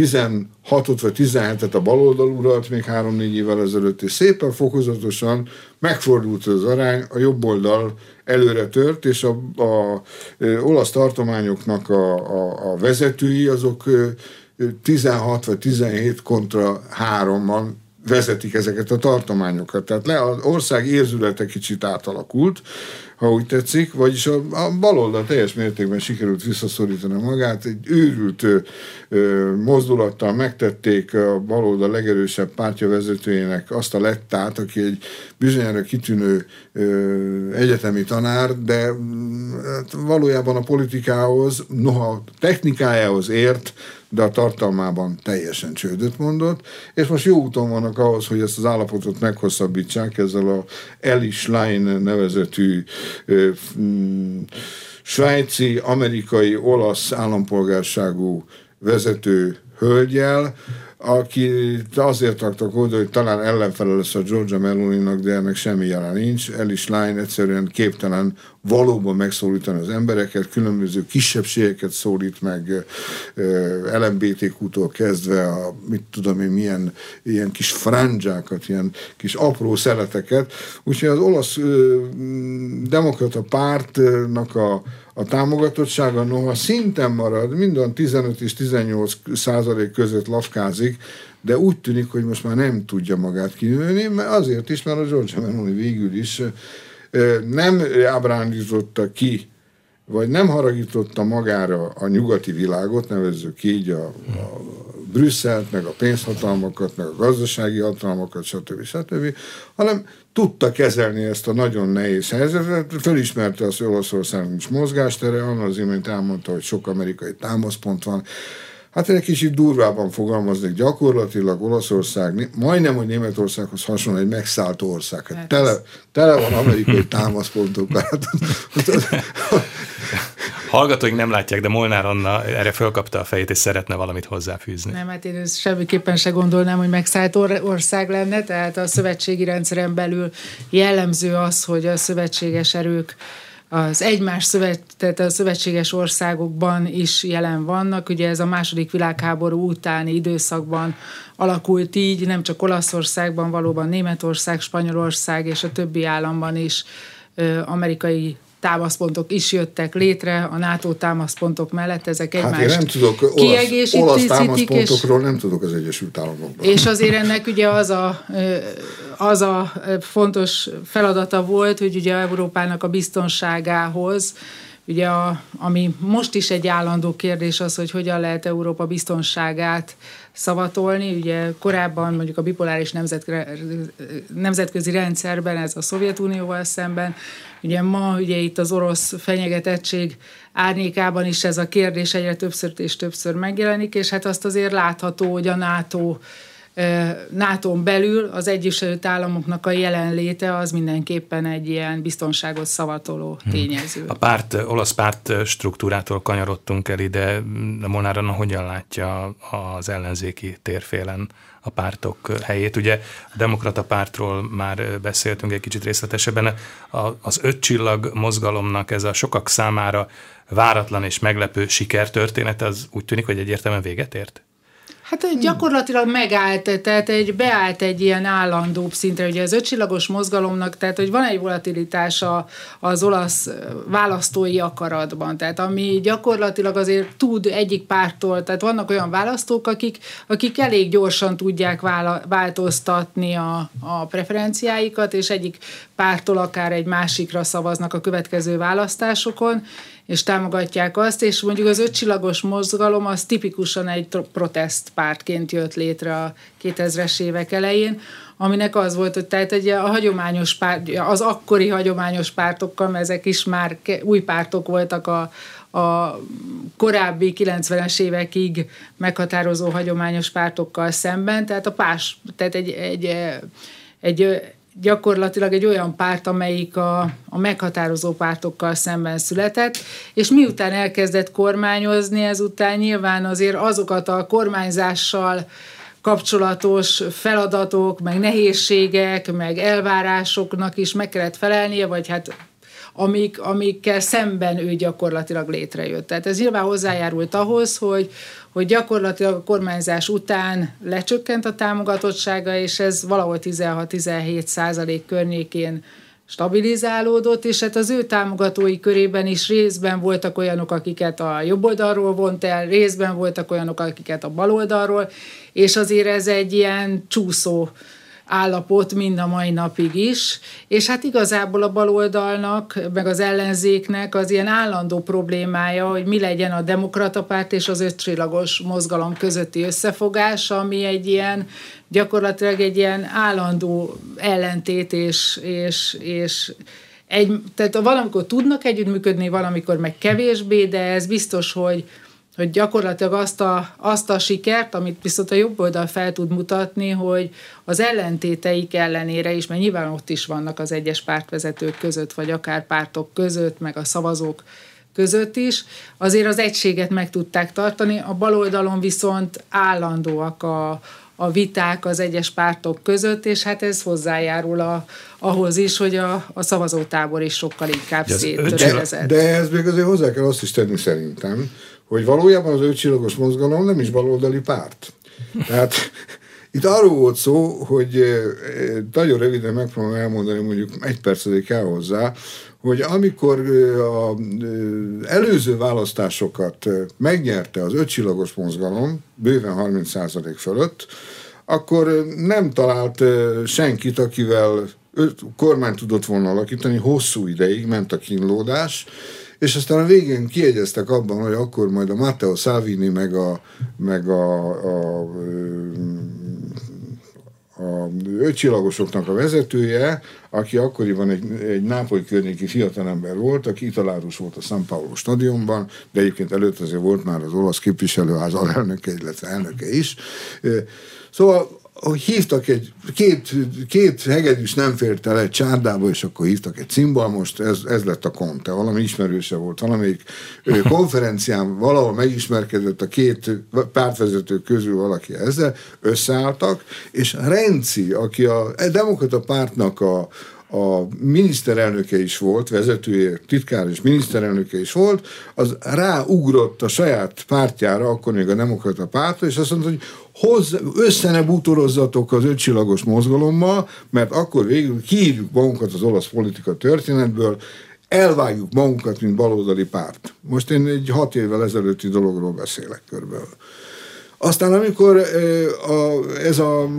C: tizenhatot vagy tizenhetet a baloldal uralt még három-négy évvel ezelőtt, és szépen fokozatosan megfordult az arány, a jobb oldal előre tört, és a, a, a olasz tartományoknak a, a, a vezetői azok tizenhat vagy tizenhét kontra hárommal vezetik ezeket a tartományokat. Tehát le, az ország érzülete kicsit átalakult, ha úgy tetszik, vagyis a, a baloldal teljes mértékben sikerült visszaszorítani magát, egy őrült ö, ö, mozdulattal megtették a baloldal legerősebb pártja vezetőjének azt a Lettát, aki egy bizonyára kitűnő ö, egyetemi tanár, de hát valójában a politikához, noha technikájához ért, de a tartalmában teljesen csődöt mondott, és most jó úton vannak ahhoz, hogy ezt az állapotot meghosszabbítsák ezzel a Ellie Schlein nevezetű ö, m, svájci, amerikai, olasz állampolgárságú vezető hölgyel, akit azért raktak oda, hogy talán ellenfele lesz a Giorgia Meloninak, de ennek semmi jelen nincs. Ellie Schlein egyszerűen képtelen valóban megszólítani az embereket, különböző kisebbségeket szólít meg, el em bé té kú-tól kezdve a, mit tudom én, milyen ilyen kis frándzsákat, ilyen kis apró szeleteket. Úgyhogy az olasz ö, demokrata pártnak a A támogatottsága noha szinten marad, minden tizenöt és tizennyolc százalék között lafkázik, de úgy tűnik, hogy most már nem tudja magát kinőni, mert azért is, mert a Giorgia Meloni végül is nem ábrándította ki, vagy nem haragította magára a nyugati világot, nevezzük így a, a Brüsszelt, meg a pénzhatalmakat, meg a gazdasági hatalmakat, stb. stb., hanem tudta kezelni ezt a nagyon nehéz helyzetet, fölismerte azt, hogy Olaszországnak nincs mozgástere, annak az imént elmondta, hogy sok amerikai támaszpont van. Hát egy kicsit durvában fogalmaznék, gyakorlatilag Olaszország, majdnem, hogy Németországhoz hasonló egy megszállt ország. Hát tele, tele van amerikai támaszpontokkal.
A: Hallgatóink nem látják, de Molnár Anna erre fölkapta a fejét, és szeretne valamit hozzáfűzni.
B: Nem, hát én semmiképpen se gondolnám, hogy megszállt or- ország lenne, tehát a szövetségi rendszeren belül jellemző az, hogy a szövetséges erők az egymás szövet, tehát a szövetséges országokban is jelen vannak. Ugye ez a második világháború utáni időszakban alakult így, nem csak Olaszországban, valóban Németország, Spanyolország és a többi államban is ö, amerikai támaszpontok is jöttek létre, a NATO támaszpontok mellett, ezek egymást
C: hát én nem tudok olasz, olasz támaszpontokról, nem tudok az Egyesült Államokban.
B: És azért ennek ugye az a, az a fontos feladata volt, hogy ugye Európának a biztonságához, ugye a, ami most is egy állandó kérdés az, hogy hogyan lehet Európa biztonságát szavatolni. Ugye korábban mondjuk a bipoláris nemzetközi rendszerben, ez a Szovjetunióval szemben, ugye ma ugye itt az orosz fenyegetettség árnyékában is ez a kérdés egyre többször és többször megjelenik, és hát azt azért látható, hogy a NATO nátón belül az Egyesült Államoknak a jelenléte az mindenképpen egy ilyen biztonságot szavatoló tényező.
A: A párt, olasz párt struktúrától kanyarodtunk el ide, de Molnár Anna hogyan látja az ellenzéki térfélen a pártok helyét? Ugye a demokrata pártról már beszéltünk egy kicsit részletesebben. Az öt csillag mozgalomnak ez a sokak számára váratlan és meglepő sikertörténet, az úgy tűnik, hogy egyértelműen véget ért?
B: Hát gyakorlatilag megállt, tehát egy, beállt egy ilyen állandóbb szintre, ugye az ötcsillagos mozgalomnak, tehát hogy van egy volatilitása az olasz választói akaratban, tehát ami gyakorlatilag azért tud egyik pártól, tehát vannak olyan választók, akik, akik elég gyorsan tudják vála, változtatni a, a preferenciáikat, és egyik pártól akár egy másikra szavaznak a következő választásokon, és támogatják azt, és mondjuk az ötcsillagos mozgalom az tipikusan egy protestpártként jött létre a kétezres évek elején, aminek az volt, hogy tehát egy a hagyományos párt, az akkori hagyományos pártokkal, mert ezek is már új pártok voltak a, a korábbi kilencvenes évekig meghatározó hagyományos pártokkal szemben, tehát a pás, tehát egy, egy, egy gyakorlatilag egy olyan párt, amelyik a, a meghatározó pártokkal szemben született, és miután elkezdett kormányozni, ezután nyilván azért azokat a kormányzással kapcsolatos feladatok, meg nehézségek, meg elvárásoknak is meg kellett felelnie, vagy hát amik, amikkel szemben ő gyakorlatilag létrejött. Tehát ez nyilván hozzájárult ahhoz, hogy, hogy gyakorlatilag a kormányzás után lecsökkent a támogatottsága, és ez valahol tizenhat-tizenhét százalék környékén stabilizálódott, és hát az ő támogatói körében is részben voltak olyanok, akiket a jobb oldalról vont el, részben voltak olyanok, akiket a bal oldalról, és azért ez egy ilyen csúszó állapot mind a mai napig is, és hát igazából a baloldalnak, meg az ellenzéknek az ilyen állandó problémája, hogy mi legyen a demokrata párt és az ötcsillagos mozgalom közötti összefogás, ami egy ilyen, gyakorlatilag egy ilyen állandó ellentét, és, és, és egy, tehát valamikor tudnak együttműködni, valamikor meg kevésbé, de ez biztos, hogy hogy gyakorlatilag azt a, azt a sikert, amit viszont a jobb oldal fel tud mutatni, hogy az ellentéteik ellenére is, mert nyilván ott is vannak az egyes pártvezetők között, vagy akár pártok között, meg a szavazók között is, azért az egységet meg tudták tartani, a baloldalon viszont állandóak a, a viták az egyes pártok között, és hát ez hozzájárul a, ahhoz is, hogy a, a szavazótábor is sokkal inkább széttöredezett.
C: De, de ez még azért hozzá kell azt is tenni szerintem, hogy valójában az ötcsillagos mozgalom nem is baloldali párt. Tehát itt arról volt szó, hogy nagyon röviden megpróbálom elmondani, mondjuk egy percedig kell hozzá, hogy amikor az előző választásokat megnyerte az ötcsillagos mozgalom, bőven harminc százalék fölött, akkor nem talált senkit, akivel kormányt tudott volna alakítani, hosszú ideig ment a kínlódás, és aztán a végén kiegyeztek abban, hogy akkor majd a Matteo Salvini meg a, meg a, a, a, a ötcsillagosoknak a vezetője, aki akkoriban egy, egy nápolyi környéki fiatalember volt, aki italárus volt a San Paolo stadionban, de egyébként előtt azért volt már az olasz képviselőház alelnöke, illetve elnöke is. Szóval hogy hívtak egy, két, két hegedűs nem fért el egy csárdába, és akkor hívtak egy cimbalmost, ez, ez lett a Conte, valami ismerőse volt, valamelyik konferencián valahol megismerkedett a két pártvezető közül valaki ezzel, összeálltak, és Renzi, aki a demokrata pártnak a a miniszterelnöke is volt, vezetője, titkár és miniszterelnöke is volt, az ráugrott a saját pártjára, akkor még a demokrata pártra, és azt mondta, hogy hozz, össze ne bútorozzatok az ötcsillagos mozgalommal, mert akkor végül kiírjuk magunkat az olasz politika történetből, elvágjuk magunkat, mint baloldali párt. Most én egy hat évvel ezelőtti dologról beszélek körülbelül. Aztán amikor a, ez, a,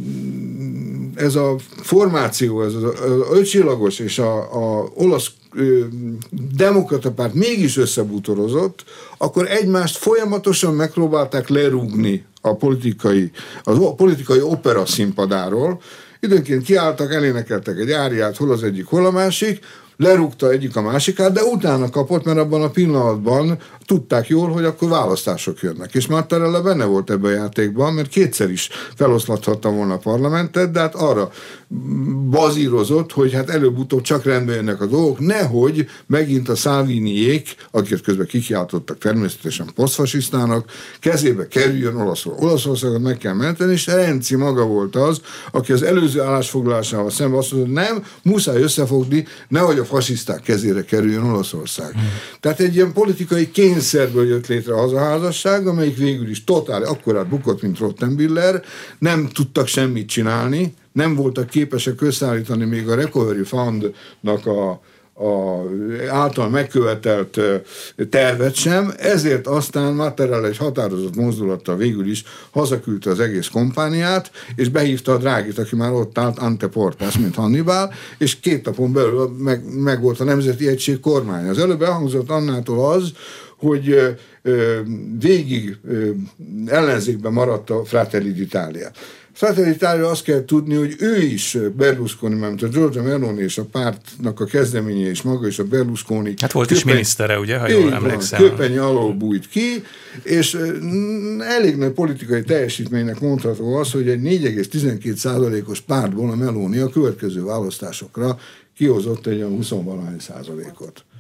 C: ez a formáció, ez az ötcsillagos és a, a olasz demokrata párt mégis összebútorozott, akkor egymást folyamatosan megpróbálták lerúgni a politikai, a politikai opera színpadáról. Időnként kiálltak, elénekeltek egy áriát, hol az egyik, hol a másik, lerúgta egyik a másikát, de utána kapott, mert abban a pillanatban tudták jól, hogy akkor választások jönnek. És Mattarella benne volt ebben a játékban, mert kétszer is feloszlathatta volna a parlamentet, de hát arra bazírozott, hogy hát előbb-utóbb csak rendbe jönnek a dolgok, nehogy megint a Salviniék, akiket közben kikiáltottak természetesen posztfasisztának, kezébe kerüljön Olaszország. Olaszországot meg kell menteni, és Renzi maga volt az, aki az előző állásfoglalásával szemben azt mondta, hogy nem, muszáj összefogni, nehogy a fasiszták kezére kerüljön Olaszország. Hmm. Tehát egy ilyen politikai kényszerből jött létre az a házasság, amelyik végül is totál akkorát bukott, mint Rottenbiller, nem tudtak semmit csinálni, nem voltak képesek összeállítani még a Recovery Fundnak a, a által megkövetelt tervet sem, ezért aztán Mattarella egy határozott mozdulattal végül is hazaküldte az egész kompániát, és behívta a Drágit, aki már ott állt, Ante Portas, mint Hannibal, és két napon belül meg, meg volt a Nemzeti Egység kormány. Az előbb elhangzott Annától az, hogy ö, végig ö, ellenzékben maradt a Fratelli d'Italia. Fratelli d'Italia azt kell tudni, hogy ő is Berlusconi, mert a Giorgia Meloni és a pártnak a kezdeménye és maga és a Berlusconi...
A: Hát volt köpeny, is minisztere, ugye, ha jól emlékszem.
C: Köpeny alól bújt ki, és elég nagy politikai teljesítménynek mondható az, hogy egy négy egész tizenkét százalékos pártból a Meloni a következő választásokra kihozott egy olyan húsz-valahány százalékot.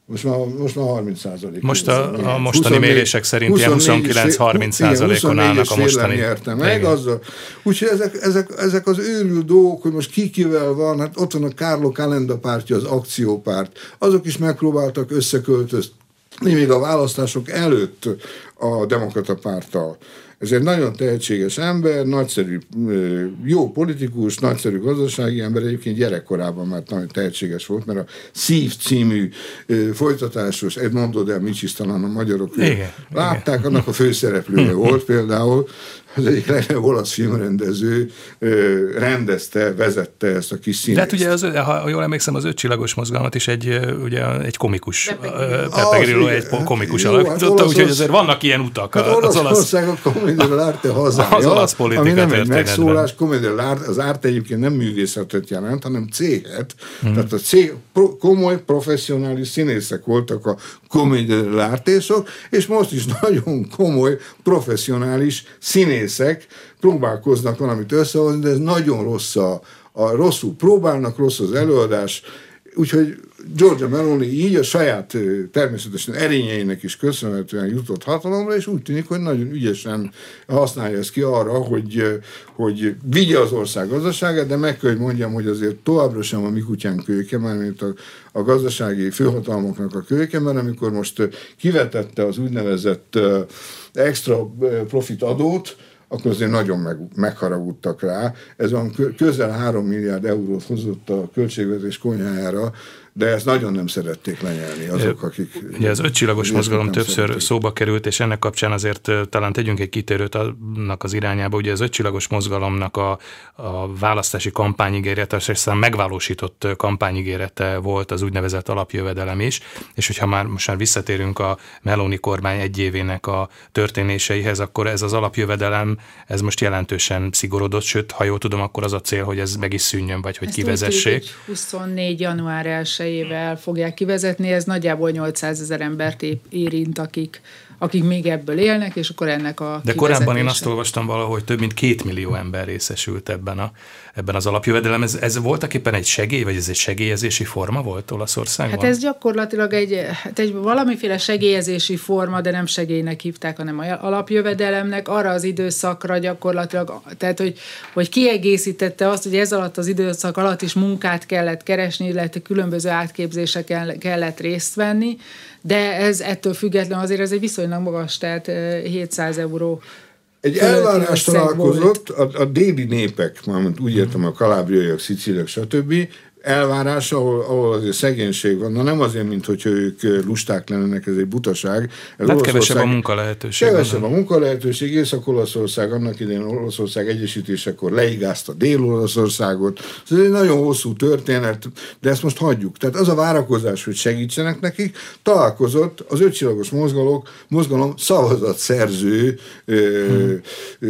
C: Most már, most már harminc százalék.
A: Most a, a mostani mérések szerint ilyen huszonkilenc-harminc százalékon állnak a mostani.
C: Nyerte meg, azzal. Úgyhogy ezek, ezek, ezek az őrült dolgok, hogy most ki kivel van, hát ott van a Carlo Calenda pártja, az akciópárt, azok is megpróbáltak összeköltözni, még a választások előtt a Demokrata Párttal. Ez egy nagyon tehetséges ember, nagyszerű, jó politikus, nagyszerű gazdasági ember, egyébként gyerekkorában már nagyon tehetséges volt, mert a Szív című folytatásos Edmondo del Michis, talán a magyarok igen, látták, igen. Annak a főszereplője volt például, az egyik legnagyobb olasz filmrendező rendezte, vezette ezt a kis színészt.
A: De hát ugye, az, ha jól emlékszem, az ötcsillagos mozgalmat is egy, ugye, egy komikus, Pepe Grillo egy komikus hát, alakította, hát úgyhogy azért vannak ilyen utak.
C: Hát az Olaszország a Commedia dell'arte hazája, az olasz politika ami nem egy megszólás, Commedia dell'arte, az árt egyébként nem művészetet jelent, hanem céget. Hmm. Tehát a cég, pro, komoly, professzionális színészek voltak a Commedia dell'artésok, és most is nagyon komoly, professzionális színészek próbálkoznak valamit összehozni, de ez nagyon rossz a, a rosszul próbálnak, rossz az előadás, úgyhogy Giorgia Meloni így a saját természetesen erényeinek is köszönhetően jutott hatalomra, és úgy tűnik, hogy nagyon ügyesen használja ezt ki arra, hogy, hogy vigye az ország gazdaságát, de meg kell, hogy mondjam, hogy azért továbbra sem a mi kutyánk kölyke, mármint a, a gazdasági főhatalmaknak a kölyke, mert amikor most kivetette az úgynevezett extra profit adót, akkor azért nagyon meg, megharagudtak rá. Ez van közel három milliárd eurót hozott a költségvetés konyhájára, de ezt nagyon nem szerették lenyelni azok, akik...
A: Ugye az ötcsillagos mozgalom többször szerették. Szóba került, és ennek kapcsán azért talán tegyünk egy kitérőt annak az irányába. Ugye az ötcsillagos mozgalomnak a, a választási kampányigérete, és aztán megvalósított kampányigérete volt az úgynevezett alapjövedelem is, és hogyha már most már visszatérünk a Meloni kormány egy évének a történéseihez, akkor ez az alapjövedelem, ez most jelentősen szigorodott, sőt, ha jól tudom, akkor az a cél, hogy ez meg is szűnjön, vagy hogy ezt kivezessék.
B: Úgy, huszonnégy január elsejével fogják kivezetni, ez nagyjából nyolcszázezer embert érint, akik, akik még ebből élnek, és akkor ennek a
A: De korábban én azt olvastam valahol, hogy több mint két millió ember részesült ebben, a, ebben az alapjövedelem. Ez, ez voltak éppen egy segély, vagy ez egy segélyezési forma volt Olaszországban?
B: Hát ez gyakorlatilag egy, hát egy valamiféle segélyezési forma, de nem segélynek hívták, hanem alapjövedelemnek arra az időszakra gyakorlatilag, tehát hogy, hogy kiegészítette azt, hogy ez alatt az időszak alatt is munkát kellett keresni, illetve különböző átképzéseken kellett részt venni, de ez ettől függetlenül azért ez egy viszonylag magas, tehát hétszáz euró.
C: Egy elvárás találkozott a, a déli népek, mármint úgy értem a kalábriaiak, szicíliak, stb., elvárás, ahol, ahol azért szegénység van. Na nem azért, mint hogyha ők lusták lennének, ez egy butaság. Ez
A: hát kevesebb a munkalehetőség.
C: Kevesebb a munkalehetőség. Észak-Olaszország annak idején Olaszország egyesítésekor leigázta Dél-Olaszországot. Ez egy nagyon hosszú történet, de ezt most hagyjuk. Tehát az a várakozás, hogy segítsenek nekik, találkozott az ötcsillagos mozgalok, mozgalom szavazatszerző hmm.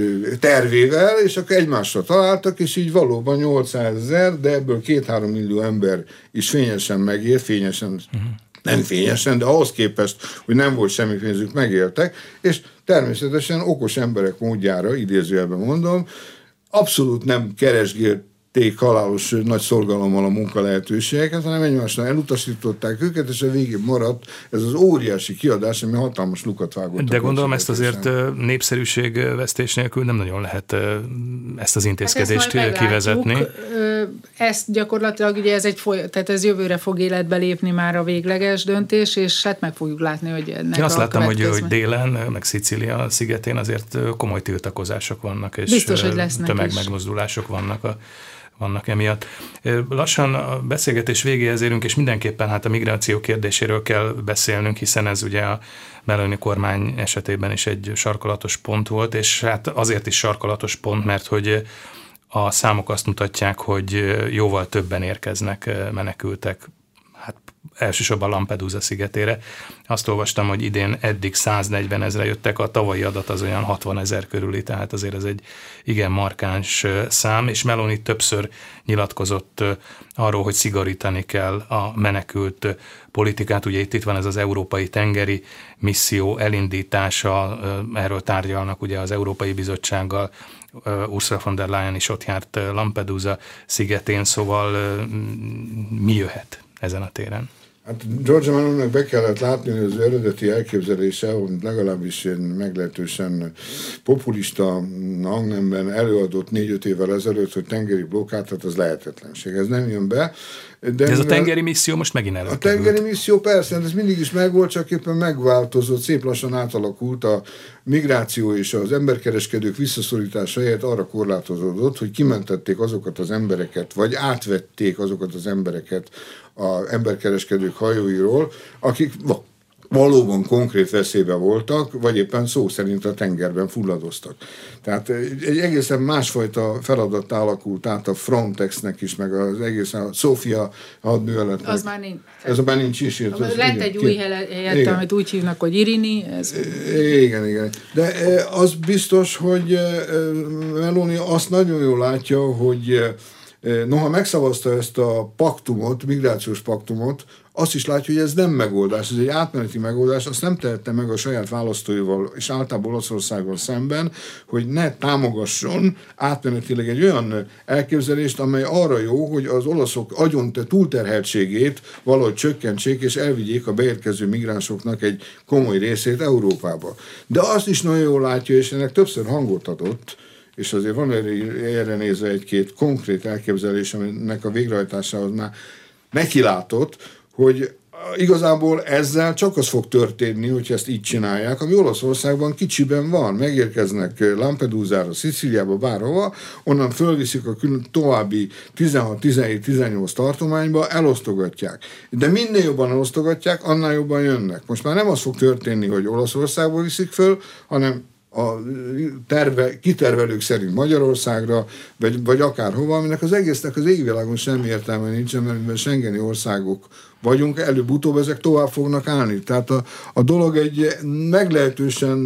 C: tervével, és akkor egymásra találtak, és így valóban nyolcszázezer, de ebből két-három millió ember is fényesen megélt, fényesen, uh-huh. nem fényesen, de ahhoz képest, hogy nem volt semmi pénzük, megéltek, és természetesen okos emberek módjára, idézőjelben mondom, abszolút nem keresgélték halálos nagy szorgalommal a munkalehetőségeket, hanem egymásra elutasították őket, és a végén maradt ez az óriási kiadás, ami hatalmas lukat vágott.
A: De gondolom ezt azért népszerűségvesztés nélkül nem nagyon lehet ezt az intézkedést hát ezt kivezetni.
B: Ezt gyakorlatilag ugye ez egy foly- tehát ez jövőre fog életbe lépni már a végleges döntés, és hát meg fogjuk látni, hogy ennek
A: Én azt
B: a
A: láttam, hogy, hogy délen, meg Szicília szigetén azért komoly tiltakozások vannak, és
B: biztos, hogy lesznek
A: tömegmegmozdulások vannak a vannak emiatt. Lassan a beszélgetés végéhez érünk, és mindenképpen hát a migráció kérdéséről kell beszélnünk, hiszen ez ugye a Meloni kormány esetében is egy sarkalatos pont volt, és hát azért is sarkalatos pont, mert hogy a számok azt mutatják, hogy jóval többen érkeznek menekültek, hát elsősorban Lampedusa szigetére. Azt olvastam, hogy idén eddig száznegyven ezre jöttek, a tavalyi adat az olyan hatvan ezer körüli, tehát azért ez egy igen markáns szám, és Meloni többször nyilatkozott arról, hogy szigorítani kell a menekült politikát. Ugye itt, itt van ez az európai tengeri misszió elindítása, erről tárgyalnak ugye az Európai Bizottsággal, Ursula von der Leyen is ott járt Lampedusa szigetén, szóval mi jöhet ezen a téren?
C: Hát Giorgio Meloninak be kellett látni, hogy az eredeti elképzelése, legalábbis meglehetősen populista hangnemben előadott négy-öt évvel ezelőtt, hogy tengeri blokkát, tehát az lehetetlenség. Ez nem jön be.
A: De, de ez a tengeri misszió most megint előkerült.
C: A tengeri misszió persze, ez mindig is megvolt, csak éppen megváltozott, szép lassan átalakult a migráció és az emberkereskedők visszaszorítása helyett arra korlátozódott, hogy kimentették azokat az embereket, vagy átvették azokat az embereket az emberkereskedők hajóiról, akik valóban konkrét veszélyben voltak, vagy éppen szó szerint a tengerben fulladoztak. Tehát egy egészen másfajta feladat alakult át a Frontexnek is, meg az egészen a Szófia hadműveletnek.
B: Az már nincs.
C: Ez már nincs is. Írt,
B: lett igen, egy új helyett, amit úgy hívnak, hogy Irini. Ez...
C: Igen, igen. De az biztos, hogy Meloni azt nagyon jól látja, hogy noha megszavazta ezt a paktumot, migrációs paktumot, azt is látja, hogy ez nem megoldás, ez egy átmeneti megoldás, azt nem tehette meg a saját választóival és általában Olaszországgal szemben, hogy ne támogasson átmenetileg egy olyan elképzelést, amely arra jó, hogy az olaszok agyon túlterheltségét valahogy csökkentsék, és elvigyék a beérkező migránsoknak egy komoly részét Európába. De azt is nagyon jól látja, és ennek többször hangot adott, és azért van erre nézve egy-két konkrét elképzelés, aminek a végrehajtásához már nekilátott, hogy igazából ezzel csak az fog történni, hogyha ezt így csinálják, ami Olaszországban kicsiben van. Megérkeznek Lampedusára, Szicíliába, bárhova, onnan fölviszik a további tizenhat, tizenhét, tizennyolc tartományba, elosztogatják. De minél jobban elosztogatják, annál jobban jönnek. Most már nem az fog történni, hogy Olaszországba viszik föl, hanem a terve, kitervelők szerint Magyarországra, vagy, vagy akárhova, aminek az egésznek az égvilágon semmi értelme nincsen, mert schengeni országok vagyunk, előbb-utóbb ezek tovább fognak állni. Tehát a, a dolog egy meglehetősen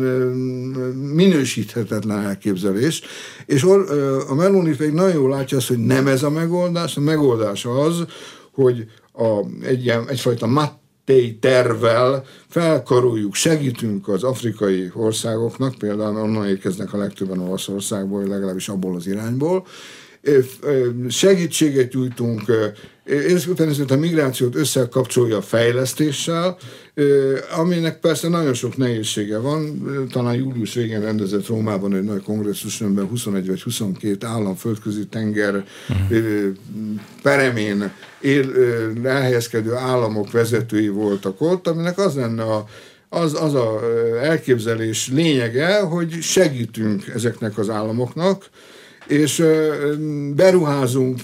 C: minősíthetetlen elképzelés, és a Meloni pedig nagyon jól látja azt, hogy nem ez a megoldás, a megoldás az, hogy a, egy ilyen, egyfajta mat tervvel felkaroljuk, segítünk az afrikai országoknak, például onnan érkeznek a legtöbben Olaszországból, legalábbis abból az irányból, segítséget nyújtunk, és a migrációt összekapcsolja a fejlesztéssel, aminek persze nagyon sok nehézsége van. Talán július végén rendezett Rómában egy nagy kongresszus, amiben huszonegy vagy huszonkét állam földközi tenger uh-huh. peremén él, elhelyezkedő államok vezetői voltak ott, aminek az lenne a Az, az a elképzelés lényege, hogy segítünk ezeknek az államoknak, és beruházunk,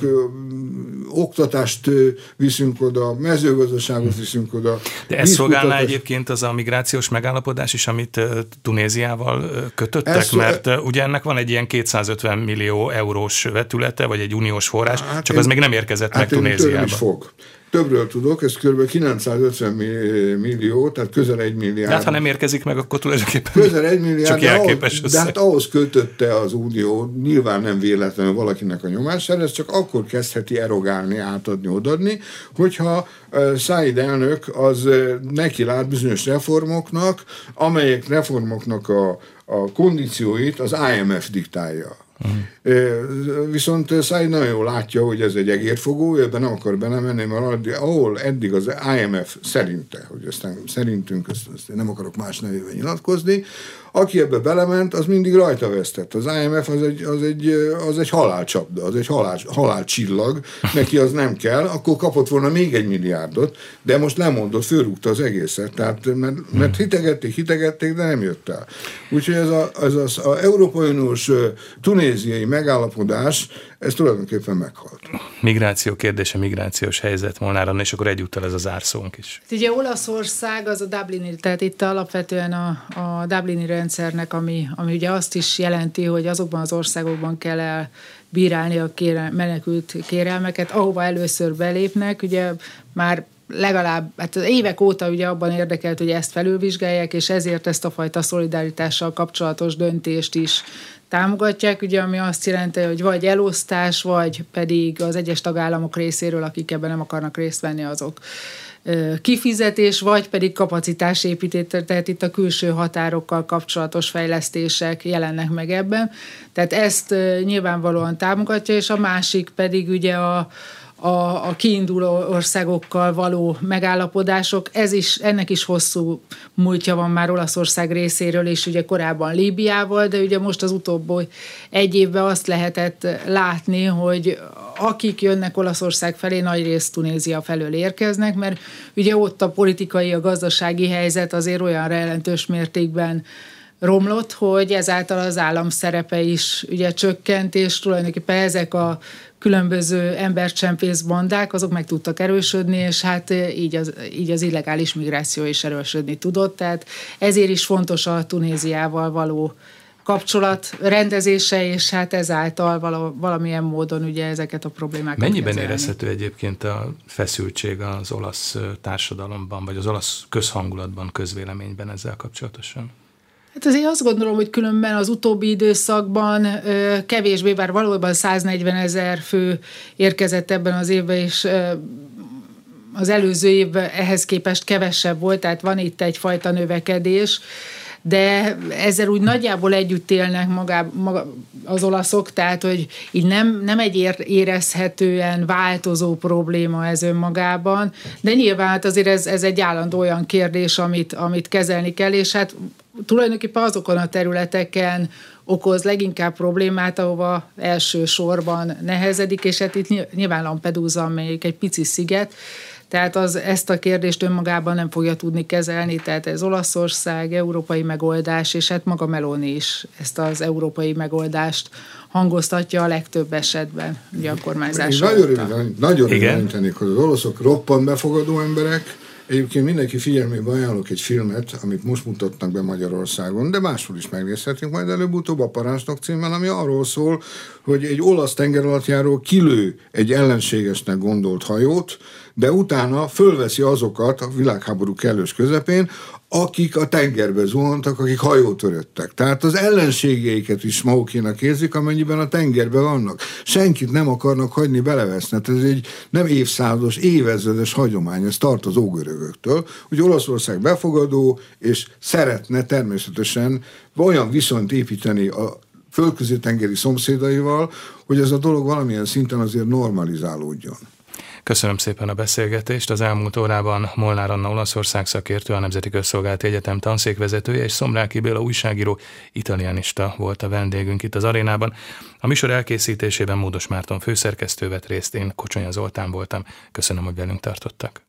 C: oktatást viszünk oda, mezőgazdaságot viszünk oda.
A: De ez szolgálná egyébként az a migrációs megállapodás is, amit Tunéziával kötöttek? Ez, Mert ugye ennek van egy ilyen kétszázötven millió eurós vetülete, vagy egy uniós forrás, hát csak én, az még nem érkezett hát meg Tunéziába.
C: Is fog. Többről tudok, ez kb. kilencszázötven millió, tehát közel egy milliárd.
A: De hát ha nem érkezik meg, akkor tulajdonképpen
C: közel egy milliárd,
A: csak jelképes
C: de, de hát ahhoz kötötte az Unió, nyilván nem véletlenül valakinek a nyomására, ez csak akkor kezdheti erogálni, átadni, odadni, hogyha uh, Said elnök az uh, neki lát bizonyos reformoknak, amelyek reformoknak a, a kondícióit az I M F diktálja. Uh-huh. Viszont Said nagyon jól látja, hogy ez egy egérfogó, ebben nem akar belemenni, mert addig, ahol eddig az I M F szerinte, hogy aztán szerintünk, ezt, ezt nem akarok más nevével nyilatkozni, aki ebbe belement, az mindig rajta vesztett. Az I M F az egy, az egy, az egy halálcsapda, az egy halál, halálcsillag, neki az nem kell, akkor kapott volna még egy milliárdot, de most lemondott, fölrúgta az egészet, tehát, mert, mert hitegették, hitegették, de nem jött el. Úgyhogy ez az az, az, az Európai Uniós tunéziai megállapodás, ez tulajdonképpen meghalt.
A: Migráció kérdése, migrációs helyzet Molnár Anna, és akkor egyúttal ez az árszónk is.
B: Ugye Olaszország az a Dublini, tehát itt alapvetően a, a Dublini rendszernek, ami, ami ugye azt is jelenti, hogy azokban az országokban kell elbírálni a kérel, menekült kérelmeket, ahova először belépnek, ugye már legalább, hát évek óta ugye abban érdekelt, hogy ezt felülvizsgálják, és ezért ezt a fajta szolidaritással kapcsolatos döntést is támogatják, ugye, ami azt jelenti, hogy vagy elosztás, vagy pedig az egyes tagállamok részéről, akik ebben nem akarnak részt venni, azok kifizetés, vagy pedig kapacitásépítés, tehát itt a külső határokkal kapcsolatos fejlesztések jelennek meg ebben. Tehát ezt nyilvánvalóan támogatja, és a másik pedig ugye a a, a kiinduló országokkal való megállapodások. Ez is, ennek is hosszú múltja van már Olaszország részéről, és ugye korábban Líbiával, de ugye most az utóbbi egy évben azt lehetett látni, hogy akik jönnek Olaszország felé, nagyrészt Tunézia felől érkeznek, mert ugye ott a politikai, a gazdasági helyzet azért olyan jelentős mértékben romlott, hogy ezáltal az állam szerepe is ugye csökkent, és tulajdonképpen ezek a különböző embercsempész bandák, azok meg tudtak erősödni, és hát így az, így az illegális migráció is erősödni tudott. Tehát ezért is fontos a Tunéziával való kapcsolat rendezése, és hát ezáltal vala, valamilyen módon ugye ezeket a problémákat
A: Mennyiben
B: kezelni.
A: érezhető egyébként a feszültség az olasz társadalomban, vagy az olasz közhangulatban, közvéleményben ezzel kapcsolatosan?
B: Hát azért azt gondolom, hogy különben az utóbbi időszakban ö, kevésbé, bár valóban száznegyven ezer fő érkezett ebben az évben, és ö, az előző évben ehhez képest kevesebb volt, tehát van itt egyfajta növekedés, de ezzel úgy nagyjából együtt élnek magá, maga az olaszok, tehát hogy így nem, nem egy érezhetően változó probléma ez önmagában, de nyilván hát azért ez, ez egy állandó olyan kérdés, amit, amit kezelni kell, és hát tulajdonképpen azokon a területeken okoz leginkább problémát, ahova első sorban nehezedik, és hát itt nyilván Lampedusa még egy pici sziget, tehát az, ezt a kérdést önmagában nem fogja tudni kezelni, tehát ez Olaszország, európai megoldás, és hát maga Meloni is ezt az európai megoldást hangoztatja a legtöbb esetben, ugye a kormányzás.
C: Nagyon röviden, nagyon röviden hogy az olaszok roppant befogadó emberek. Egyébként mindenki figyelmébe ajánlok egy filmet, amit most mutatnak be Magyarországon, de máshol is megnézhetünk majd előbb-utóbb, a Parancsnok címmel, ami arról szól, hogy egy olasz tengeralattjáró kilő egy ellenségesnek gondolt hajót, de utána fölveszi azokat a világháború kellős közepén, akik a tengerbe zuhantak, akik hajót töröttek. Tehát az ellenségeiket is magukénak érzik, amennyiben a tengerben vannak. Senkit nem akarnak hagyni beleveszni. Ez egy nem évszázados, évezredes hagyomány, ez tart az ógörögöktől, hogy Olaszország befogadó, és szeretne természetesen olyan viszonyt építeni a földközi-tengeri szomszédaival, hogy ez a dolog valamilyen szinten azért normalizálódjon.
A: Köszönöm szépen a beszélgetést. Az elmúlt órában Molnár Anna Olaszország szakértő, a Nemzeti Közszolgálati Egyetem tanszékvezetője, és Szomráki Béla újságíró, italianista volt a vendégünk itt az arénában. A műsor elkészítésében Módos Márton főszerkesztő vett részt, én Kocsonya Zoltán voltam. Köszönöm, hogy velünk tartottak.